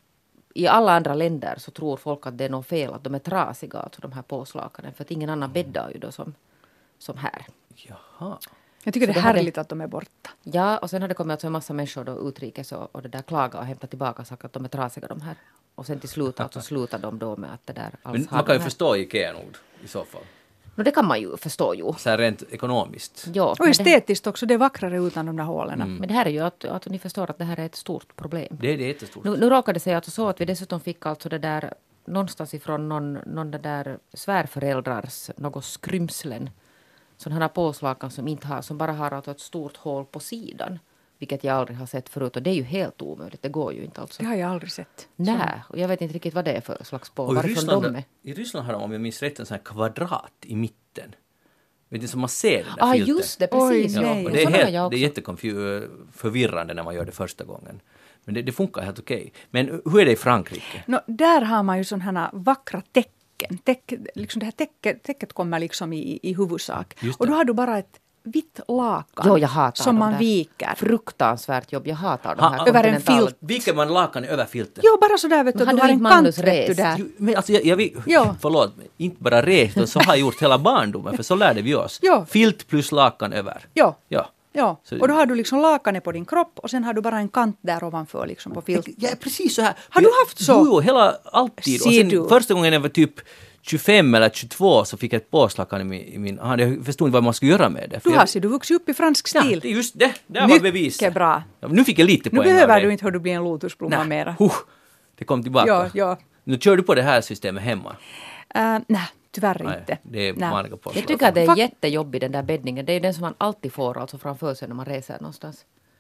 i alla andra länder så tror folk att det är något fel, att de är trasiga, alltså de här påslakanen, för att ingen annan bäddar ju då som här. Jaha. Jag tycker det är Så det hade- härligt att de är borta. Ja, och sen har det kommit alltså en massa människor då utrikes och det där klaga och hämta tillbaka och sagt att de är trasiga de här. Och sen till slut alltså slutar de då med att det där alls Men har man kan de ju här. förstå Ikea nog i så fall. No, det kan man ju förstå ju. Så här rent ekonomiskt. Ja, Och men det- estetiskt också, det är vackrare utan de där hålen. Men det här är ju att ni förstår att det här är ett stort problem. Det är jättestort. Nu råkade det sig alltså så att vi dessutom fick alltså det där någonstans ifrån någon det där svärföräldrars något skrymslen. Sådana här påslakan som inte har, som bara har alltså ett stort hål på sidan. Vilket jag aldrig har sett förut och det är ju helt omöjligt, det går ju inte alltså. Det har jag aldrig sett. Nej, och jag vet inte riktigt vad det är för slags på, Och varifrån de är. i Ryssland har de, om jag minns rätt, en sån här kvadrat i mitten. Vet du, som man ser den där Ah, filten. just det, precis. Oj, ja. nej. Och det är, Sådana har jag det är också. jätteförvirrande när man gör det första gången. Men det funkar helt okej. Men hur är det i Frankrike? Där har man ju sådana här vackra tecken. Liksom det här täcket kommer liksom i huvudsak. Just det. Och då har du bara ett vitt lakan Jo, jag hatar som de man där. viker. Fruktansvärt jobb, jag hatar de Ha- här över en kontinentala- filt. Viker man lakan över filten? Jo, bara sådär vet du, Men du hade har inte en kant Magnus vet du rest? där. Jo, men alltså jag vill, Ja. förlåt, inte bara rest, utan så har jag gjort hela barndomen, för så lärde vi oss. Ja. Filt plus lakan över. Ja. Ja. Ja, Så- och då har du liksom lakanet på din kropp och sen har du bara en kant där ovanför liksom på filten. Jag är precis så här. Har du haft så? Jo, alltid. Och Ser sen du? första gången jag var typ 25 eller 22 så fick jag ett påslakan i min hand. Jag förstod inte vad man skulle göra med det. För Du jag, har ser du vuxit upp i fransk ja, stil. det är just det. Där var Mycket beviset. bra. Ja, nu fick jag lite Nu poäng av behöver dig. du inte hör du bli en lotusblomma Nej, mera. det kom tillbaka. Ja, ja. Nu kör du på det här systemet hemma. Nej, tyvärr Nej, inte. det är Nej. vanliga påslag. Jag tycker att det är Fak- jättejobbig den där bäddningen. Det är den som man alltid får alltså framför sig när man reser någonstans.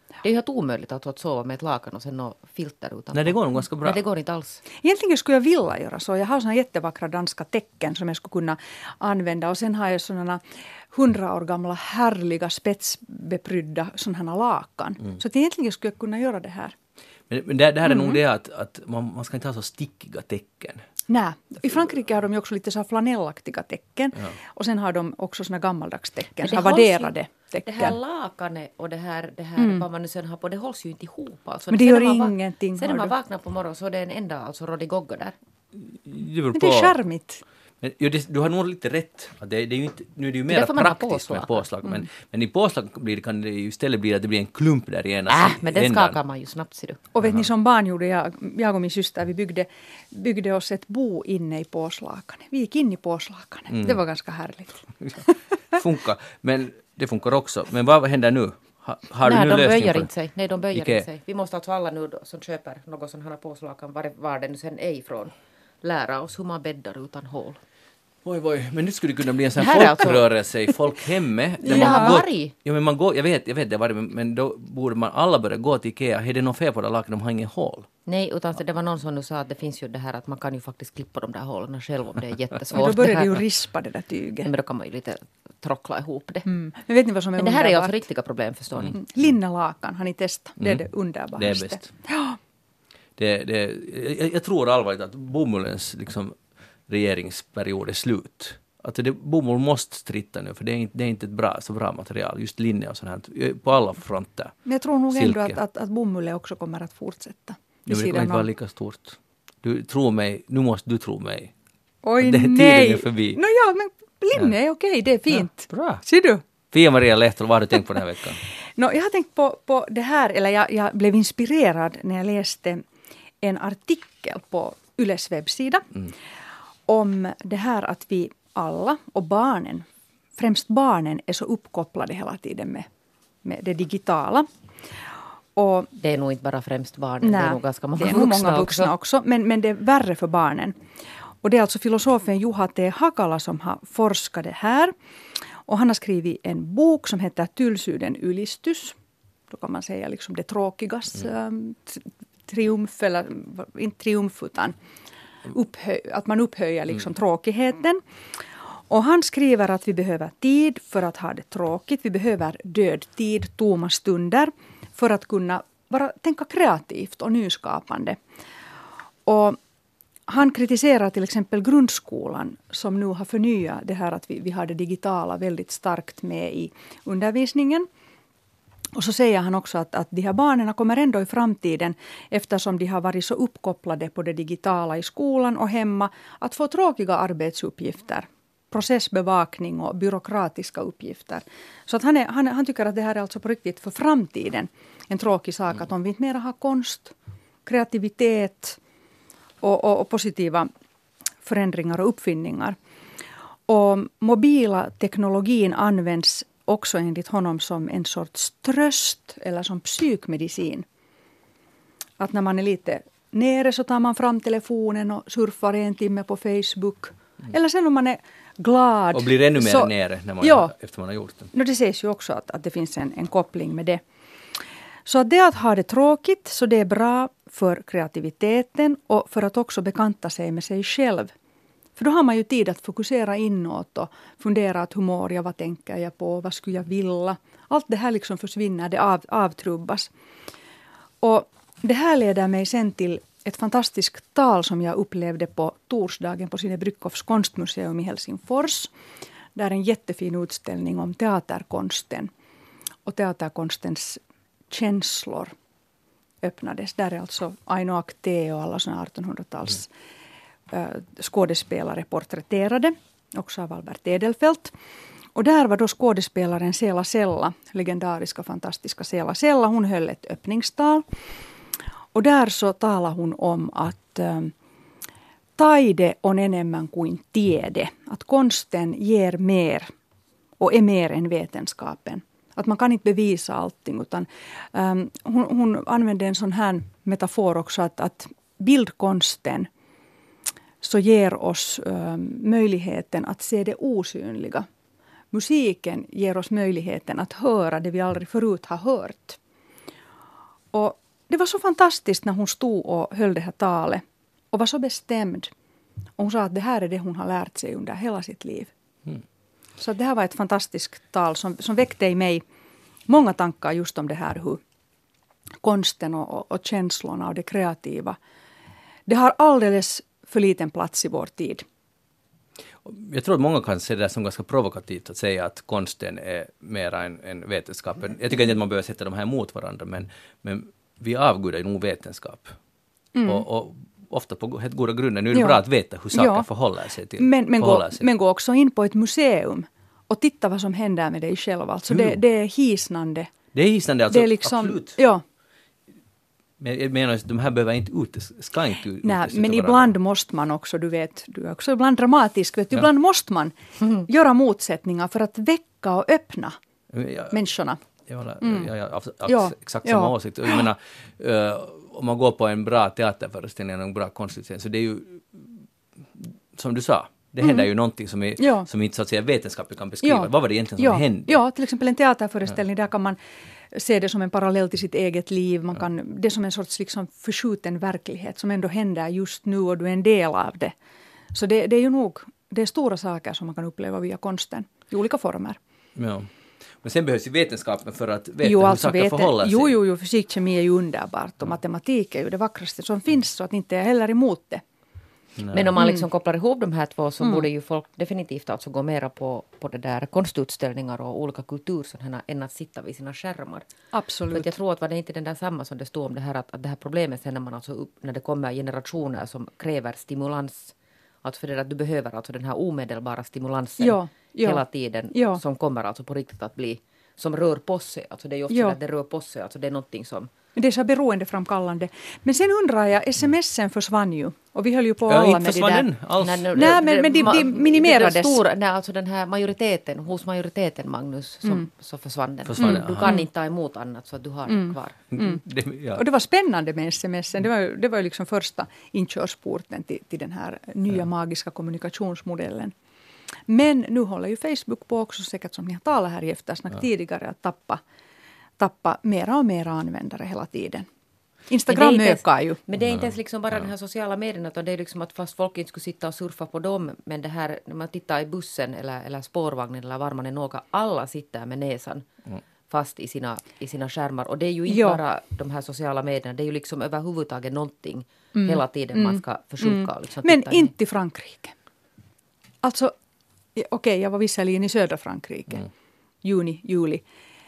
Det är ju helt omöjligt att sova med ett lakan och sen något filter utanpå. Nej, det går nog ganska bra. Nej, det går inte alls. Egentligen skulle jag vilja göra så. Jag har såna jättevackra danska tecken som jag skulle kunna använda. Och sen har jag sådana 100 år gamla härliga spetsbeprydda sådana lakan. Så att egentligen skulle jag kunna göra det här. Men det här är nog det att man ska inte ha så stickiga tecken. Nej, i Frankrike har de ju också lite så här flanellaktiga tecken. Ja. Och sen har de också såna gammaldags tecken, så vadderade tecken. Det här lakanet och det här vad man nu sen har på, det hålls ju inte ihop. Alltså. Men det gör ingenting. Sen när man vaknar på morgonen så är det en enda alltså rådigogga där. Men det är charmigt. Men, du har nog lite rätt. Det är ju inte, nu är det ju mer praktiskt med påslag. Men i påslag kan det ju istället bli att det blir en klump där i ena men den skakar man ju snabbt, ser du. Och vet ni, som barn gjorde jag och min syster, vi byggde oss ett bo inne i påslakanet. Vi gick in i påslakanet. Det var ganska härligt. Funkar. Men det funkar också. Men vad händer nu? Har Nej, du nu de lösning böjer på inte sig. Nej, de böjer inte sig. Vi måste alltså alla nu som köper något som har påslakan, var den sen är ifrån, lära oss hur man bäddar utan hål. Oj, men nu skulle det kunna bli en sån här folkrörelse i folkhemmet. Jag vet det var det, men då borde man alla börja gå till Ikea. Är det någon fel på det lakan, de har ingen hål? Nej, utan det var någon som nu sa att det finns ju det här att man kan ju faktiskt klippa de där hålen själv om det är jättesvårt. Då börjar det ju rispa det där tyget. Men då kan man ju lite trockla ihop det. Men vet ni vad som är men det här är alltså riktiga problem, förstår ni. Linnelakan, har ni testat? Det är det underbaraste. Det är bäst. Ja. Jag tror allvarligt att bomullens liksom regeringsperiod är slut. Att bomull måste stritta nu, för det är inte ett så bra material. Just linne och sånt här, på alla fronter. Men jag tror nog ändå att bomull också kommer att fortsätta. Det kommer inte vara lika stort. Du tror mig, nu måste du tro mig. Oj, tiden är förbi. Ja, men linne är okej, det är fint. Ja, bra. Ser du? Pia-Maria Lehtol, vad har du tänkt på den här veckan? Jag har tänkt på det här, eller jag blev inspirerad när jag läste en artikel på Yles webbsida om det här att vi alla och barnen, främst barnen, är så uppkopplade hela tiden med det digitala. Och det är nog inte bara främst barnen, det är nog ganska många vuxna också. Men det är värre för barnen. Och det är alltså filosofen Juha T. Hakala som har forskat det här. Och han har skrivit en bok som heter Tylsyyden ylistys. Då kan man säga liksom det tråkigas triumf, eller inte triumf utan att man upphöjer liksom tråkigheten. Och han skriver att vi behöver tid för att ha det tråkigt. Vi behöver död tid, tomma stunder för att kunna tänka kreativt och nyskapande. Och han kritiserar till exempel grundskolan som nu har förnyat det här att vi har det digitala väldigt starkt med i undervisningen. Och så säger han också att de här barnen kommer ändå i framtiden, eftersom de har varit så uppkopplade på det digitala i skolan och hemma, att få tråkiga arbetsuppgifter, processbevakning och byråkratiska uppgifter. Så att han tycker att det här är alltså på riktigt för framtiden en tråkig sak, att om vi inte mera har konst, kreativitet och positiva förändringar och uppfinningar. Och mobila teknologin används också enligt honom som en sorts tröst eller som psykmedicin. Att när man är lite nere så tar man fram telefonen och surfar en timme på Facebook. Eller sen om man är glad. Och blir ännu mer nere när efter man har gjort det. Det sägs ju också att det finns en koppling med det. Så att det att ha det tråkigt, så det är bra för kreativiteten och för att också bekanta sig med sig själv. För då har man ju tid att fokusera inåt och fundera att hur mår jag, vad tänker jag på, vad skulle jag vilja. Allt det här liksom försvinner, det avtrubbas. Och det här leder mig sen till ett fantastiskt tal som jag upplevde på torsdagen på Sine Bryckhoffs konstmuseum i Helsingfors. Där är en jättefin utställning om teaterkonsten och teaterkonstens känslor öppnades. Där är alltså Aino Aktee och alla sådana 1800-tals skådespelare porträtterade, också av Albert Edelfelt. Och där var då skådespelaren Sela Sella, legendariska fantastiska Sela Sella. Hon höll ett öppningstal. Och där så talar hon om att taide on enemmän kuin tiede. Att konsten ger mer och är mer än vetenskapen. Att man kan inte bevisa allting, utan hon använde en sån här metafor också att bildkonsten så ger oss möjligheten att se det osynliga. Musiken ger oss möjligheten att höra det vi aldrig förut har hört. Och det var så fantastiskt när hon stod och höll det här talet och var så bestämd. Och hon sa att det här är det hon har lärt sig under hela sitt liv. Så det här var ett fantastiskt tal som väckte i mig många tankar just om det här hur konsten och känslorna och det kreativa. Det har alldeles för liten plats i vår tid. Jag tror att många kan se det som ganska provokativt att säga att konsten är mer än vetenskapen. Jag tycker inte att man behöver sätta de här mot varandra, men vi avgudar ju nog vetenskap. Och ofta på helt goda grunder. Nu är det bra att veta hur saker förhåller sig till. Men gå också in på ett museum och titta vad som händer med dig själv. Alltså det är hisnande. Det är hisnande, alltså, det är liksom, absolut. Ja. Men jag menar att de här behöver inte ska inte ut. Nej, men ibland måste man också, du är också ibland dramatisk, ibland måste man göra motsättningar för att väcka och öppna människorna. Jag har exakt samma åsikt. Jag menar, om man går på en bra teaterföreställning och en bra konstutställning, så det är ju, som du sa, det händer ju någonting som inte så att säga vetenskapligt kan beskriva. Vad var det egentligen som hände? Ja, till exempel en teaterföreställning, där kan man se det som en parallell till sitt eget liv. Man kan, det är som en sorts liksom förskjuten verklighet som ändå händer just nu och du är en del av det. Så det är ju nog, det är stora saker som man kan uppleva via konsten i olika former. Ja. Men sen behövs ju vetenskapen för att veta hur saker förhåller sig. Jo, fysik, kemi är ju underbart och matematik är ju det vackraste som finns, så att inte är heller emot det. Nej. Men om man liksom kopplar ihop de här två så borde ju folk definitivt alltså gå mera på det där konstutställningar och olika kulturscener än att sitta vid sina skärmar. Absolut. För att jag tror att var det inte den där samma som det stod om det här att det här problemet sen när man alltså när det kommer generationer som kräver stimulans, alltså för det att du behöver alltså den här omedelbara stimulansen hela tiden som kommer alltså på riktigt att bli som rör på sig, alltså det är ju ofta att det rör på sig, alltså det är någonting som det är så beroendeframkallande. Men sen undrar jag, sms'en försvann ju. Och vi höll ju på alla med det där. Nej, men de minimerades. Alltså den här hos majoriteten, Magnus, så försvann den. Du kan inte ta emot annat så att du har den kvar. Och det var spännande med sms'en. Det var ju liksom första inkörsporten till den här nya magiska kommunikationsmodellen. Men nu håller ju Facebook på också, säkert som ni har talat här i eftersnack tidigare, att tappa mera och mera användare hela tiden. Instagram ökar ju. Men det är inte ens liksom bara den här sociala medierna, utan det är liksom att fast folk inte skulle sitta och surfa på dem, men det här när man tittar i bussen eller spårvagnen eller var man än åker, alla sitter med näsan fast i sina skärmar. Och det är ju inte bara de här sociala medierna, det är ju liksom överhuvudtaget någonting hela tiden man ska försöka. Liksom, men inte i Frankrike. Alltså, okej, jag var visserligen i södra Frankrike. Juni, juli.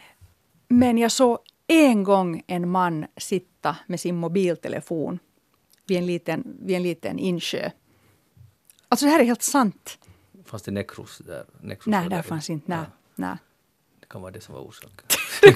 Men jag såg en gång en man sitta med sin mobiltelefon vid en liten insjö. Alltså det här är helt sant. Fanns det nekros där? Nej, där fanns inte. Nej. Det kan vara det som var orsaken. Det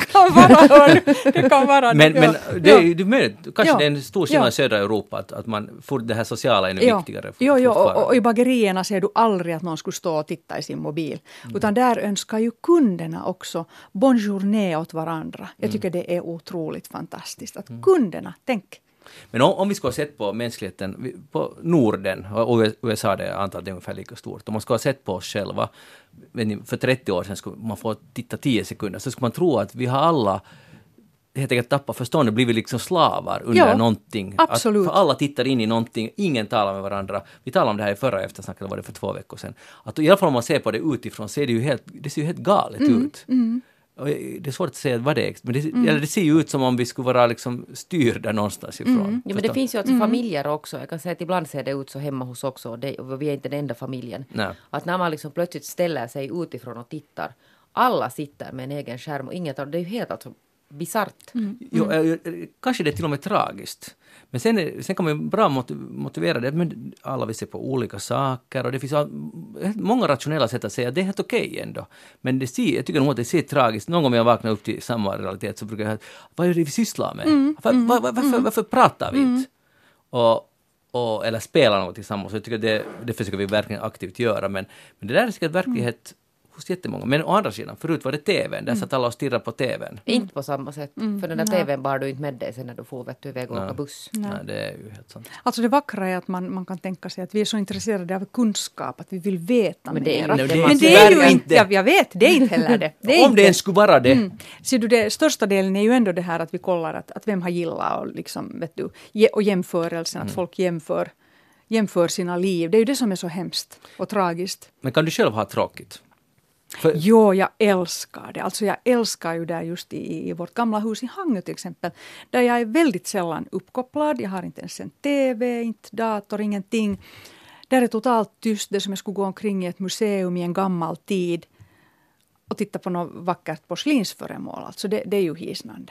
kan vara. Men det är ju möjligt. Kanske det är en stor skillnad i södra Europa att man får det här sociala ännu viktigare. Och i bagerierna ser du aldrig att någon skulle stå och titta i sin mobil. Utan där önskar ju kunderna också bonjourné åt varandra. Jag tycker det är otroligt fantastiskt att kunderna, tänk. Men om vi ska ha sett på mänskligheten, på Norden och USA, det antagligen ungefär lika stort. Om man ska ha sett på oss själva, för 30 år sedan skulle man få titta 10 sekunder, så skulle man tro att vi har alla helt enkelt tappat förståndet, blivit liksom slavar under någonting. Absolut. För alla tittar in i någonting, ingen talar med varandra. Vi talade om det här i förra eftersnacket, eller var det för 2 veckor sedan. Att i alla fall om man ser på det utifrån så ser det ser ju helt galet ut. Och det är svårt att säga vad det är, men det ser ju ut som om vi skulle vara liksom styrda någonstans ifrån. Ja, men det finns ju alltså familjer också. Jag kan säga att ibland ser det ut så hemma hos också, och vi är inte den enda familjen. Nej. Att när man liksom plötsligt ställer sig utifrån och tittar, alla sitter med en egen skärm och inget av det är ju helt alltså bisarrt. Jo, kanske det är till och med tragiskt. Men sen kan man bra motivera det. Men alla vill se på olika saker och det finns många rationella sätt att säga att det är helt okej ändå. Men jag tycker nog att det ser tragiskt. Någon gång jag vaknar upp till samma realitet så brukar jag säga, vad är det vi sysslar med? Varför pratar vi inte? Eller spelar något tillsammans. Jag tycker det försöker vi verkligen aktivt göra. Men det där är säkert verklighet hos jättemånga. Men å andra sidan, förut var det tvn. Där satt alla och stirrade på tvn. Inte på samma sätt. För den där tvn bar du inte med dig sen när du får vet du iväg och åka buss. Nej, det är ju helt sant. Alltså det vackra är att man kan tänka sig att vi är så intresserade av kunskap att vi vill veta Men det är mera. ju inte Men det är ju inte, jag vet, det är inte heller det. Det är Om inte. det ens skulle vara det. Ser du, det största delen är ju ändå det här att vi kollar att vem har gillat och liksom, vet du, och jämförelsen, att folk jämför sina liv. Det är ju det som är så hemskt och tragiskt. Men kan du själv ha tråkigt? Jo, jag älskar det. Alltså jag älskar ju där just i vårt gamla hus i Hangö till exempel. Där jag är väldigt sällan uppkopplad. Jag har inte ens en tv, inte dator, ingenting. Där är totalt tyst. Det som jag skulle gå omkring i ett museum i en gammal tid. Och titta på något vackert porslinsföremål. Alltså det är ju hisnande.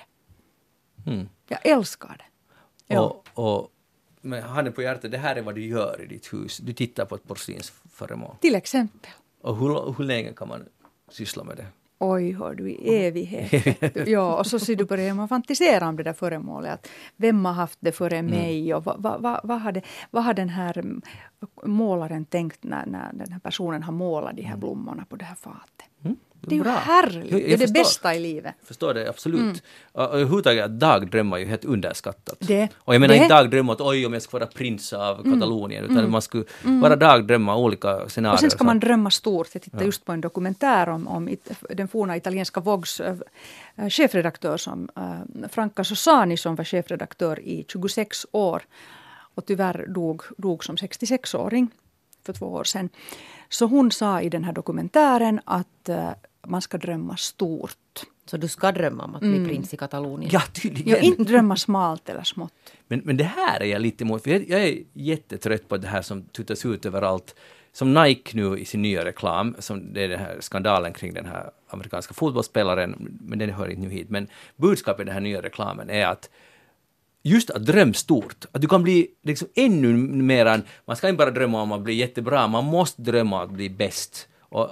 Jag älskar det. Ja. Och men handen på hjärtat, det här är vad du gör i ditt hus. Du tittar på ett porslinsföremål. Till exempel. Och hur länge kan man syssla med det? Oj, hör du, i evighet. Ja, och så ser du börjar man fantisera om det där föremålet. Att vem har haft det före mig och vad har den här målaren tänkt när den här personen har målat de här blommorna på det här fatet. Det är ju härligt. Det är det bästa i livet. Jag förstår det, absolut. Och överhuvudtaget att dagdrömmar är ju helt underskattat. Det. Och jag menar inte dagdrömmar att oj om jag ska vara prins av Katalonien, utan man skulle bara dagdrömma olika scenarier. Och sen ska man drömma stort. Jag tittade just på en dokumentär om den forna italienska Vogues chefredaktör som Franca Sossani som var chefredaktör i 26 år och tyvärr dog som 66-åring för 2 år sedan. Så hon sa i den här dokumentären att man ska drömma stort. Så du ska drömma om att bli prins i Katalonien? Ja, tydligen. Ja, inte drömma smalt eller smått. Men det här är jag lite emot. För jag är jättetrött på det här som tuttas ut överallt. Som Nike nu i sin nya reklam. Som det är den här skandalen kring den här amerikanska fotbollsspelaren. Men den hör inte nu hit. Men budskapet i den här nya reklamen är att just att dröm stort. Att du kan bli liksom ännu mer. Man ska inte bara drömma om att bli jättebra. Man måste drömma om att bli bäst.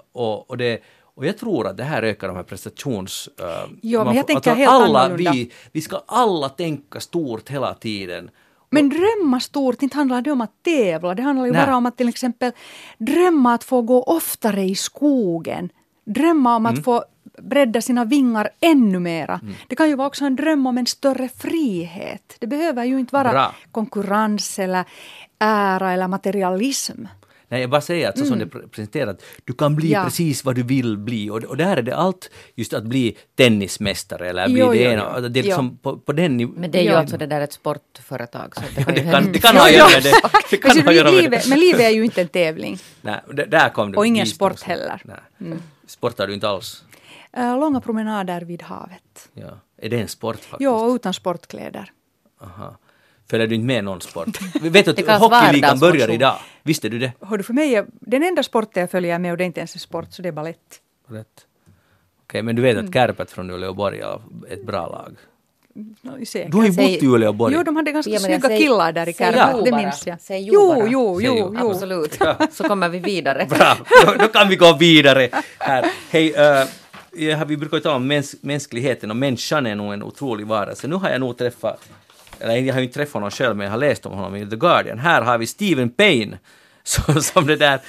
Och jag tror att det här ökar de här prestations... Ja, men jag tänker att helt annorlunda. Vi ska alla tänka stort hela tiden. Men drömma stort, inte handlar det om att tävla. Det handlar ju bara om att till exempel drömma att få gå oftare i skogen. Drömma om att få bredda sina vingar ännu mera. Det kan ju vara också en dröm om en större frihet. Det behöver ju inte vara konkurrens eller ära eller materialism. Nej, jag bara säger att så som det är presenterat, du kan bli precis vad du vill bli. Och där är det allt just att bli tennismästare eller bli det ena. Det är liksom på den nivån. Men det är ju alltså det där ett sportföretag. Så det kan ha att göra med det. Men livet är ju inte en tävling. Nej, där kom det. Och ingen sport heller. Nej. Sportar du inte alls? Långa promenader vid havet. Ja. Är det en sport faktiskt? Ja, utan sportkläder. Aha. Följer du inte med någon sport? Vi vet att hockeyligan vardagsmotion. börjar idag. Visste du det? Hör du, för mig den enda sporten jag följer med och det är inte ens en sport så det är ballett. Okej, men du vet att Kärpät från Uleåborg är ett bra lag. Säkert. Du har ju bott i Uleåborg. Jo, de hade ganska snygga killar där i Kärpät, det minns jag. Säg jo. Jo. Absolut. Så kommer vi vidare. Bra, då kan vi gå vidare här. Hej, vi brukar ju tala om mänskligheten och människan är nog en otrolig varelse. Nu har jag nog träffat, eller jag har ju inte träffat honom själv men jag har läst om honom i The Guardian. Här har vi Stephen Payne som det där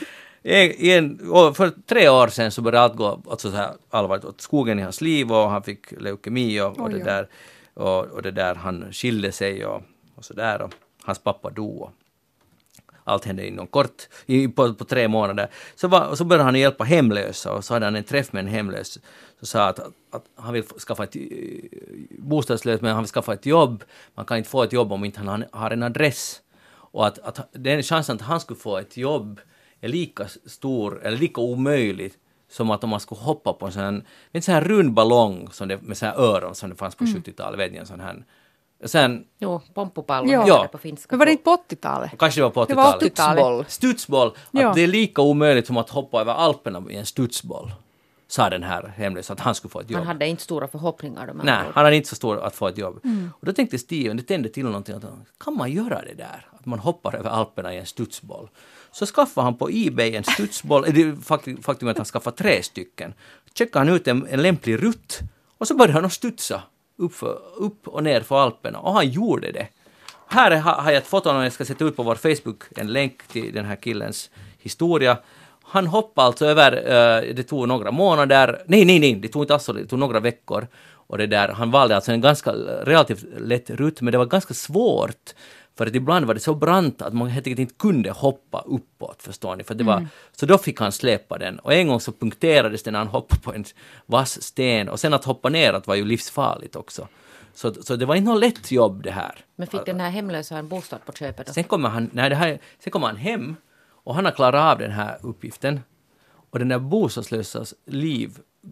för 3 år sedan så började allt gå alltså så här allvarligt åt skogen i hans liv och han fick leukemi och det där och det där han skilde sig och så där och hans pappa dog. Allt hände inom kort, på 3 månader. Så började han hjälpa hemlösa och så hade han en träff med en hemlös. Så sa att han vill skaffa ett bostadslös men han vill skaffa ett jobb. Man kan inte få ett jobb om inte han har en adress. Och att den chansen att han skulle få ett jobb är lika stor eller lika omöjlig som att om man skulle hoppa på en sån här rund ballong som det, med så här öron som det fanns på 70-talet. Vet ni, en sån här. Sen, pompopallo på finska. Men var det inte på 80-talet? Kanske det var på 80-talet. Det var 80-talet. Studsboll. Att det är lika omöjligt som att hoppa över Alperna i en studsboll. Sa den här hemlösa att han skulle få ett jobb. Han hade inte stora förhoppningar. Nej, han hade inte så stor att få ett jobb. Och då tänkte Steven, det tände till någonting. Att, kan man göra det där? Att man hoppar över Alperna i en studsboll. Så skaffade han på eBay en studsboll. Faktum är att han skaffade 3 stycken. Checkade han ut en lämplig rutt. Och så började han att studsa upp och ner för Alperna. Och han gjorde det. Här har jag ett foto och jag ska sätta ut på vår Facebook en länk till den här killens historia. Han hoppade alltså över, det tog några månader, nej, det tog inte alls, det tog några veckor. Och det där, han valde alltså en ganska relativt lätt rutt, men det var ganska svårt. För att ibland var det så brant att man helt enkelt inte kunde hoppa uppåt, förstår ni. För det var, så då fick han släppa den. Och en gång så punkterades den när han hoppade på en vass sten. Och sen att hoppa neråt var ju livsfarligt också. Så det var inte något lätt jobb det här. Men fick den här hemlösa en bostad på köpet då? Sen kommer han hem och han har klarat av den här uppgiften. Och den där bostadslösas liv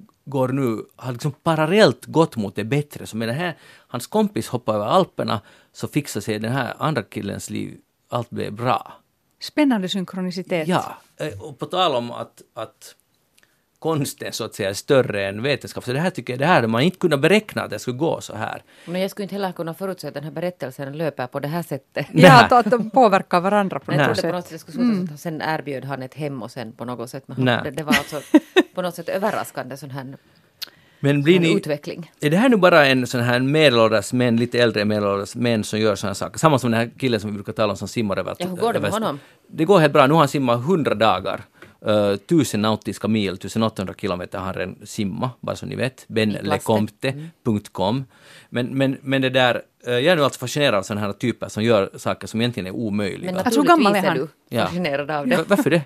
har liksom parallellt gått mot det bättre. Så med det här, hans kompis hoppade över Alperna, så fixade sig den här andra killens liv, allt blev bra. Spännande synkronicitet. Ja, och på tal om att konsten så att säga är större än vetenskap. Så det här tycker jag, det här man inte kunde beräkna att det skulle gå så här. Men jag skulle inte heller kunna förutse att den här berättelsen löper på det här sättet. Ja, att de påverkar varandra på Jag något trodde sätt. på något sätt det skulle sluta så att sen erbjöd han ett hem och sen på något sätt. Men det var alltså på något sätt överraskande sån här Men blir ni, utveckling. är det här nu bara en sån här medelålders män, lite äldre medelålders män som gör såna här saker? Samma som den här killen som vi brukar tala om som simmar över. Ja, hur går det med honom? Det går helt bra. Nu har han simmat 100 dagar. 1000 nautiska mil, 1800 kilometer har han redan simmat, bara så ni vet. benlecomte.com. Men det där, jag är nu alltså fascinerad av sådana här typer som gör saker som egentligen är omöjliga. Men Jag tror gammal är naturligtvis är han. du fascinerad av det. Varför det?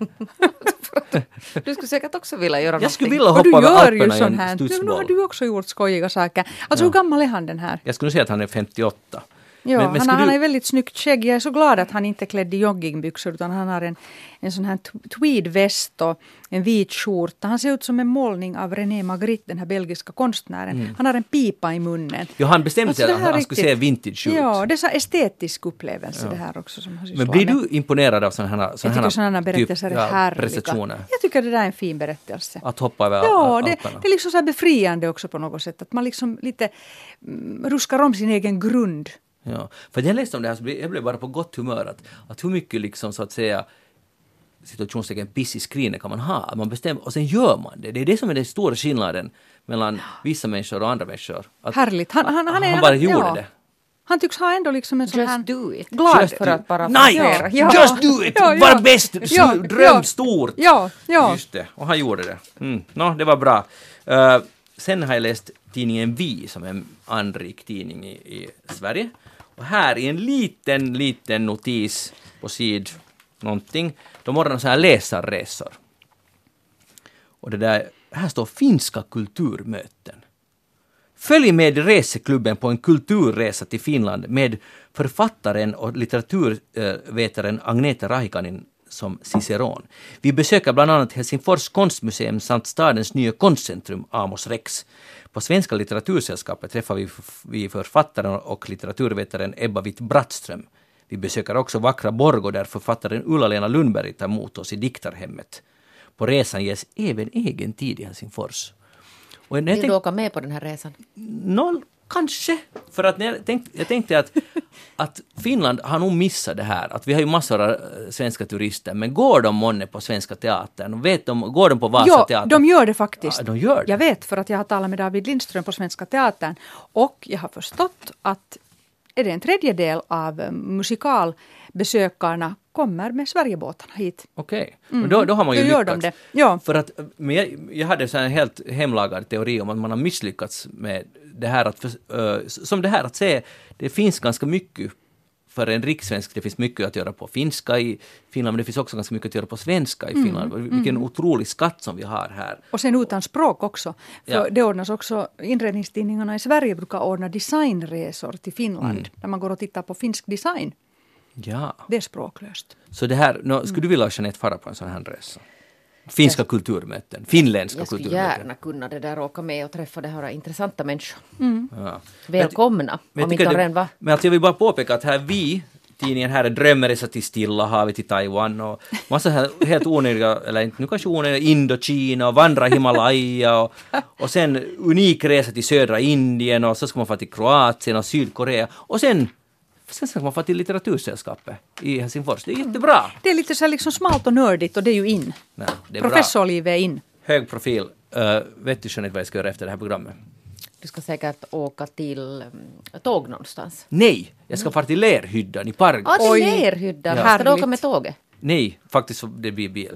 Du skulle säkert också vilja göra Jag skulle någonting. vilja Och du hoppa över gör ju Alperna i sån en här. Nu har studsboll. du också gjort skojiga saker. Alltså hur gammal är han den här? Jag skulle säga att han är 58. Ja, Men han har väldigt snyggt skägg. Jag är så glad att han inte är klädd i joggingbyxor utan han har en sån här tweedväst och en vit skjorta. Han ser ut som en målning av René Magritte, den här belgiska konstnären. Han har en pipa i munnen. Ja, han bestämde sig Alltså, att det här han skulle se vintage ut. Ja, det är så estetisk upplevelse det här också som har Men blir du imponerad av sådana här Jag tycker sådana berättelser är härliga. prestationer? Jag tycker det där är en fin berättelse. Att hoppa över Ja, Alperna? det är liksom så här befriande också på något sätt. Att man liksom lite ruskar om sin egen grund. Ja, för jag läste om det här så jag blev bara på gott humör att hur mycket liksom så att säga situationstecken piss i skrinet kan man ha. Man bestämmer och sen gör man det. Det är det som är den stora skillnaden mellan vissa människor och andra människor. Att Härligt. han bara gjorde det. Han tycks ha ändå liksom en sån här Just do it. glad Just För att bara Nej! fundera. Ja. Just do it! Ja, ja. Var bäst! Dröm ja. stort! Ja. Just det. Och han gjorde det. Det var bra. Sen har jag läst tidningen Vi som är en anrik tidning i Sverige. Och här i en liten notis på sid någonting, de ordnar så här läsarresor. Och det där, här står finska kulturmöten. Följ med reseklubben på en kulturresa till Finland med författaren och litteraturvetaren Agneta Rahikainen som ciceron. Vi besöker bland annat Helsingfors konstmuseum samt stadens nya konstcentrum Amos Rex. På Svenska litteratursällskapet träffar vi författaren och litteraturvetaren Ebba Witt-Brattström. Vi besöker också vackra Borgå där författaren Ulla-Lena Lundberg tar emot oss i diktarhemmet. På resan ges även egen tid i Helsingfors. Och Vill du åka med på den här resan? Noll, kanske. För att jag tänkte att Finland har nog missat det här. Att vi har ju massor av svenska turister. Men går de månne på Svenska teatern? Går de på Vasa teatern? de gör det faktiskt. Ja, de gör det. Jag vet för att jag har talat med David Lindström på Svenska teatern. Och jag har förstått att är det en tredjedel av musikalbesökarna kommer med Sverigebåtarna hit. Okej, men då har man ju Då gör lyckats. de det. Ja. För att jag hade så en helt hemlagad teori om att man har misslyckats med det här som det här att se, det finns ganska mycket för en rikssvensk, det finns mycket att göra på finska i Finland, men det finns också ganska mycket att göra på svenska i Finland. Vilken otrolig skatt som vi har här. Och sen utan språk också. För det ordnas också, inredningstidningarna i Sverige brukar ordna designresor till Finland. Där man går och tittar på finsk design. Ja. Det är språklöst. Så det här, skulle du vilja Jeanette fara på en sån här resa? Finska kulturmöten, finländska Jag skulle kulturmöten. gärna kunna det där åka med och träffa det här intressanta människor. Ja. Välkomna, Men om inte de redan var. Men jag vill bara påpeka att här tidningen här är drömresa till Stilla havet, till Taiwan och massa här helt onödiga, eller inte nu kanske onödiga, Indokina och vandra Himalaya och sen unik resa till södra Indien och så ska man få till Kroatien och Sydkorea och sen ska man få till litteratursällskapet i Helsingfors. Det är jättebra. Det är lite så här liksom smalt och nördigt och det är ju in. Nej, det är Professorlivet är in. bra. Hög profil. Vet du Jeanette vad jag ska göra efter det här programmet? Du ska säkert åka till tåg någonstans. Nej, jag ska fara till Lerhyddan i Pargas. Ja, Oj. till Lerhyddan. Ja. Ska du åka Härligt. med tåget? Nej, faktiskt så det blir bil.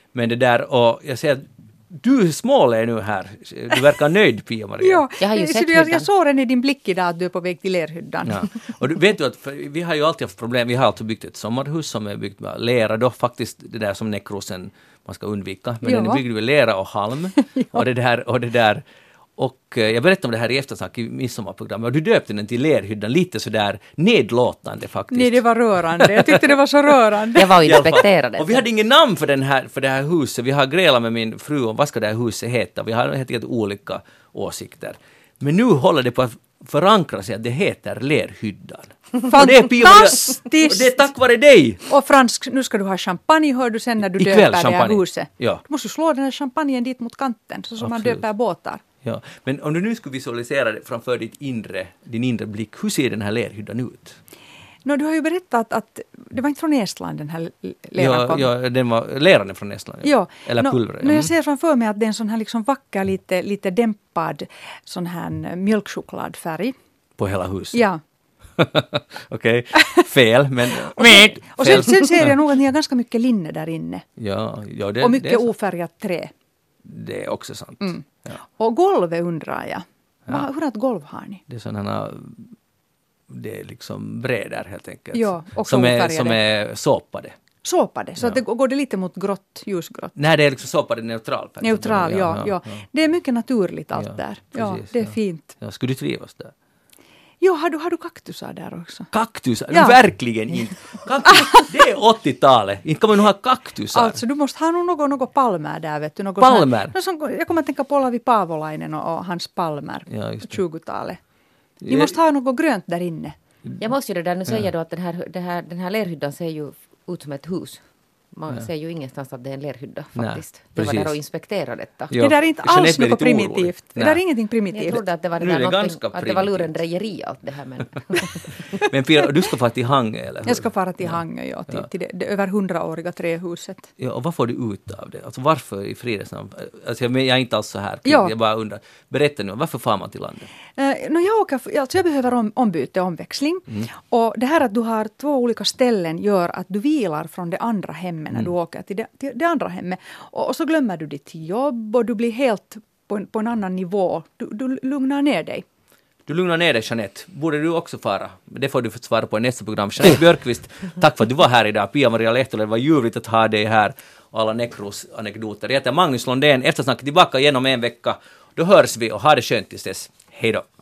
Men det där, och jag ser att du småler nu här. Du verkar nöjd, Pia-Maria. Ja, Jag har ju så sett jag såg den i din blick idag att du är på väg till lerhyddan. Ja. Och du vet att vi har ju alltid haft problem. Vi har alltså byggt ett sommarhus som är byggt med lera. Då faktiskt det där som nekrosen man ska undvika. Men den är byggd med lera och halm. Och det där. Och jag berättade om det här i eftersnack i midsommarprogrammet. Och du döpte den till lerhyddan lite sådär nedlåtande faktiskt. Nej, det var rörande. Jag tyckte det var så rörande. Jag var och inspekterade. Och vi hade ingen namn för det här huset. Vi har grälat med min fru om vad ska det här huset heta. Vi har helt enkelt olika åsikter. Men nu håller det på att förankra sig att det heter lerhyddan. Fantastiskt! Och det är tack vare dig! Och Frans, nu ska du ha champagne, hör du sen när du Ikväll döper det här champagne. huset. Ja. Du måste slå den här champagnen dit mot kanten, så som man Absolut. döper båtar. Ja, men om du nu skulle visualisera det framför din inre blick, hur ser den här lerhyddan ut? Du har ju berättat att det var inte från Estland den här leran kom. Ja, den var leran är från Estland. Ja. Eller pulver. Jag ser framför mig att det är en sån här liksom vacker, lite dämpad sån här mjölkchokladfärg. På hela huset. Ja. Okej, fel, men... Och sen ser jag nog att ni har ganska mycket linne där inne. Ja, det, Och mycket det är, ofärgat trä. det är också sant. Ja. Och golvet undrar jag. Hur ett golv har ni? Det är sådana... Det är liksom brädor helt enkelt. Ja, också som ofärgade. är såpade. Såpade, så att det går det lite mot grått, ljusgrått. Nej, det är liksom såpade neutral. Neutral, ja. Det är mycket naturligt allt Ja, där. precis, Det är ja. fint. Ja, skulle du trivas där? Ja, har du kaktusar där också? Kaktusar? Ja. Verkligen inte. Det är 80-talet. Inte kan man nog ha kaktusar. Alltså, du måste ha något palmer där, vet du. Något Palmer? jag kommer att tänka på Olavi Paavolainen och hans palmer. Ja, just det. 20-talet. Ni måste ha något grönt där inne. Jag måste ju det där nu säga då att den här lerhyddan ser ju ut som ett hus. Man ser ju ingenstans att det är en lerhydda faktiskt. Jag var precis. där och inspekterade detta. Ja, Det där är inte Jeanette alls blir något lite orolig. primitivt. Det Nej. där är ingenting Jag primitivt. trodde att det var, det Nu är där det ganska att det var primitivt. lurendrejeri allt det här. Men Men Pia, du ska få till Hangö, eller hur? Jag ska fara till Hangö, till det över 100-åriga trähuset. Ja, och vad får du ut av det? Alltså varför i fridens namn? Alltså, jag är inte alls så här. Ja. Jag bara undrar. Berätta nu, varför far man till landet? Jag behöver ombyte, omväxling. Och det här att du har 2 olika ställen gör att du vilar från det andra hemmet när du åker till det andra hemmet. Och så glömmer du ditt jobb och du blir helt på en annan nivå. Du lugnar ner dig. Du lugnar ner dig, Jeanette. Borde du också fara? Det får du få svara på i nästa program. Jeanette Björkqvist, tack för att du var här idag. Pia-Maria Lehtola, det var ljuvligt att ha dig här. Och alla Nekros-anekdoter. Jag heter Magnus Londén. Eftersnack tillbaka igen om en vecka. Då hörs vi och ha det skönt tills dess. Hej då!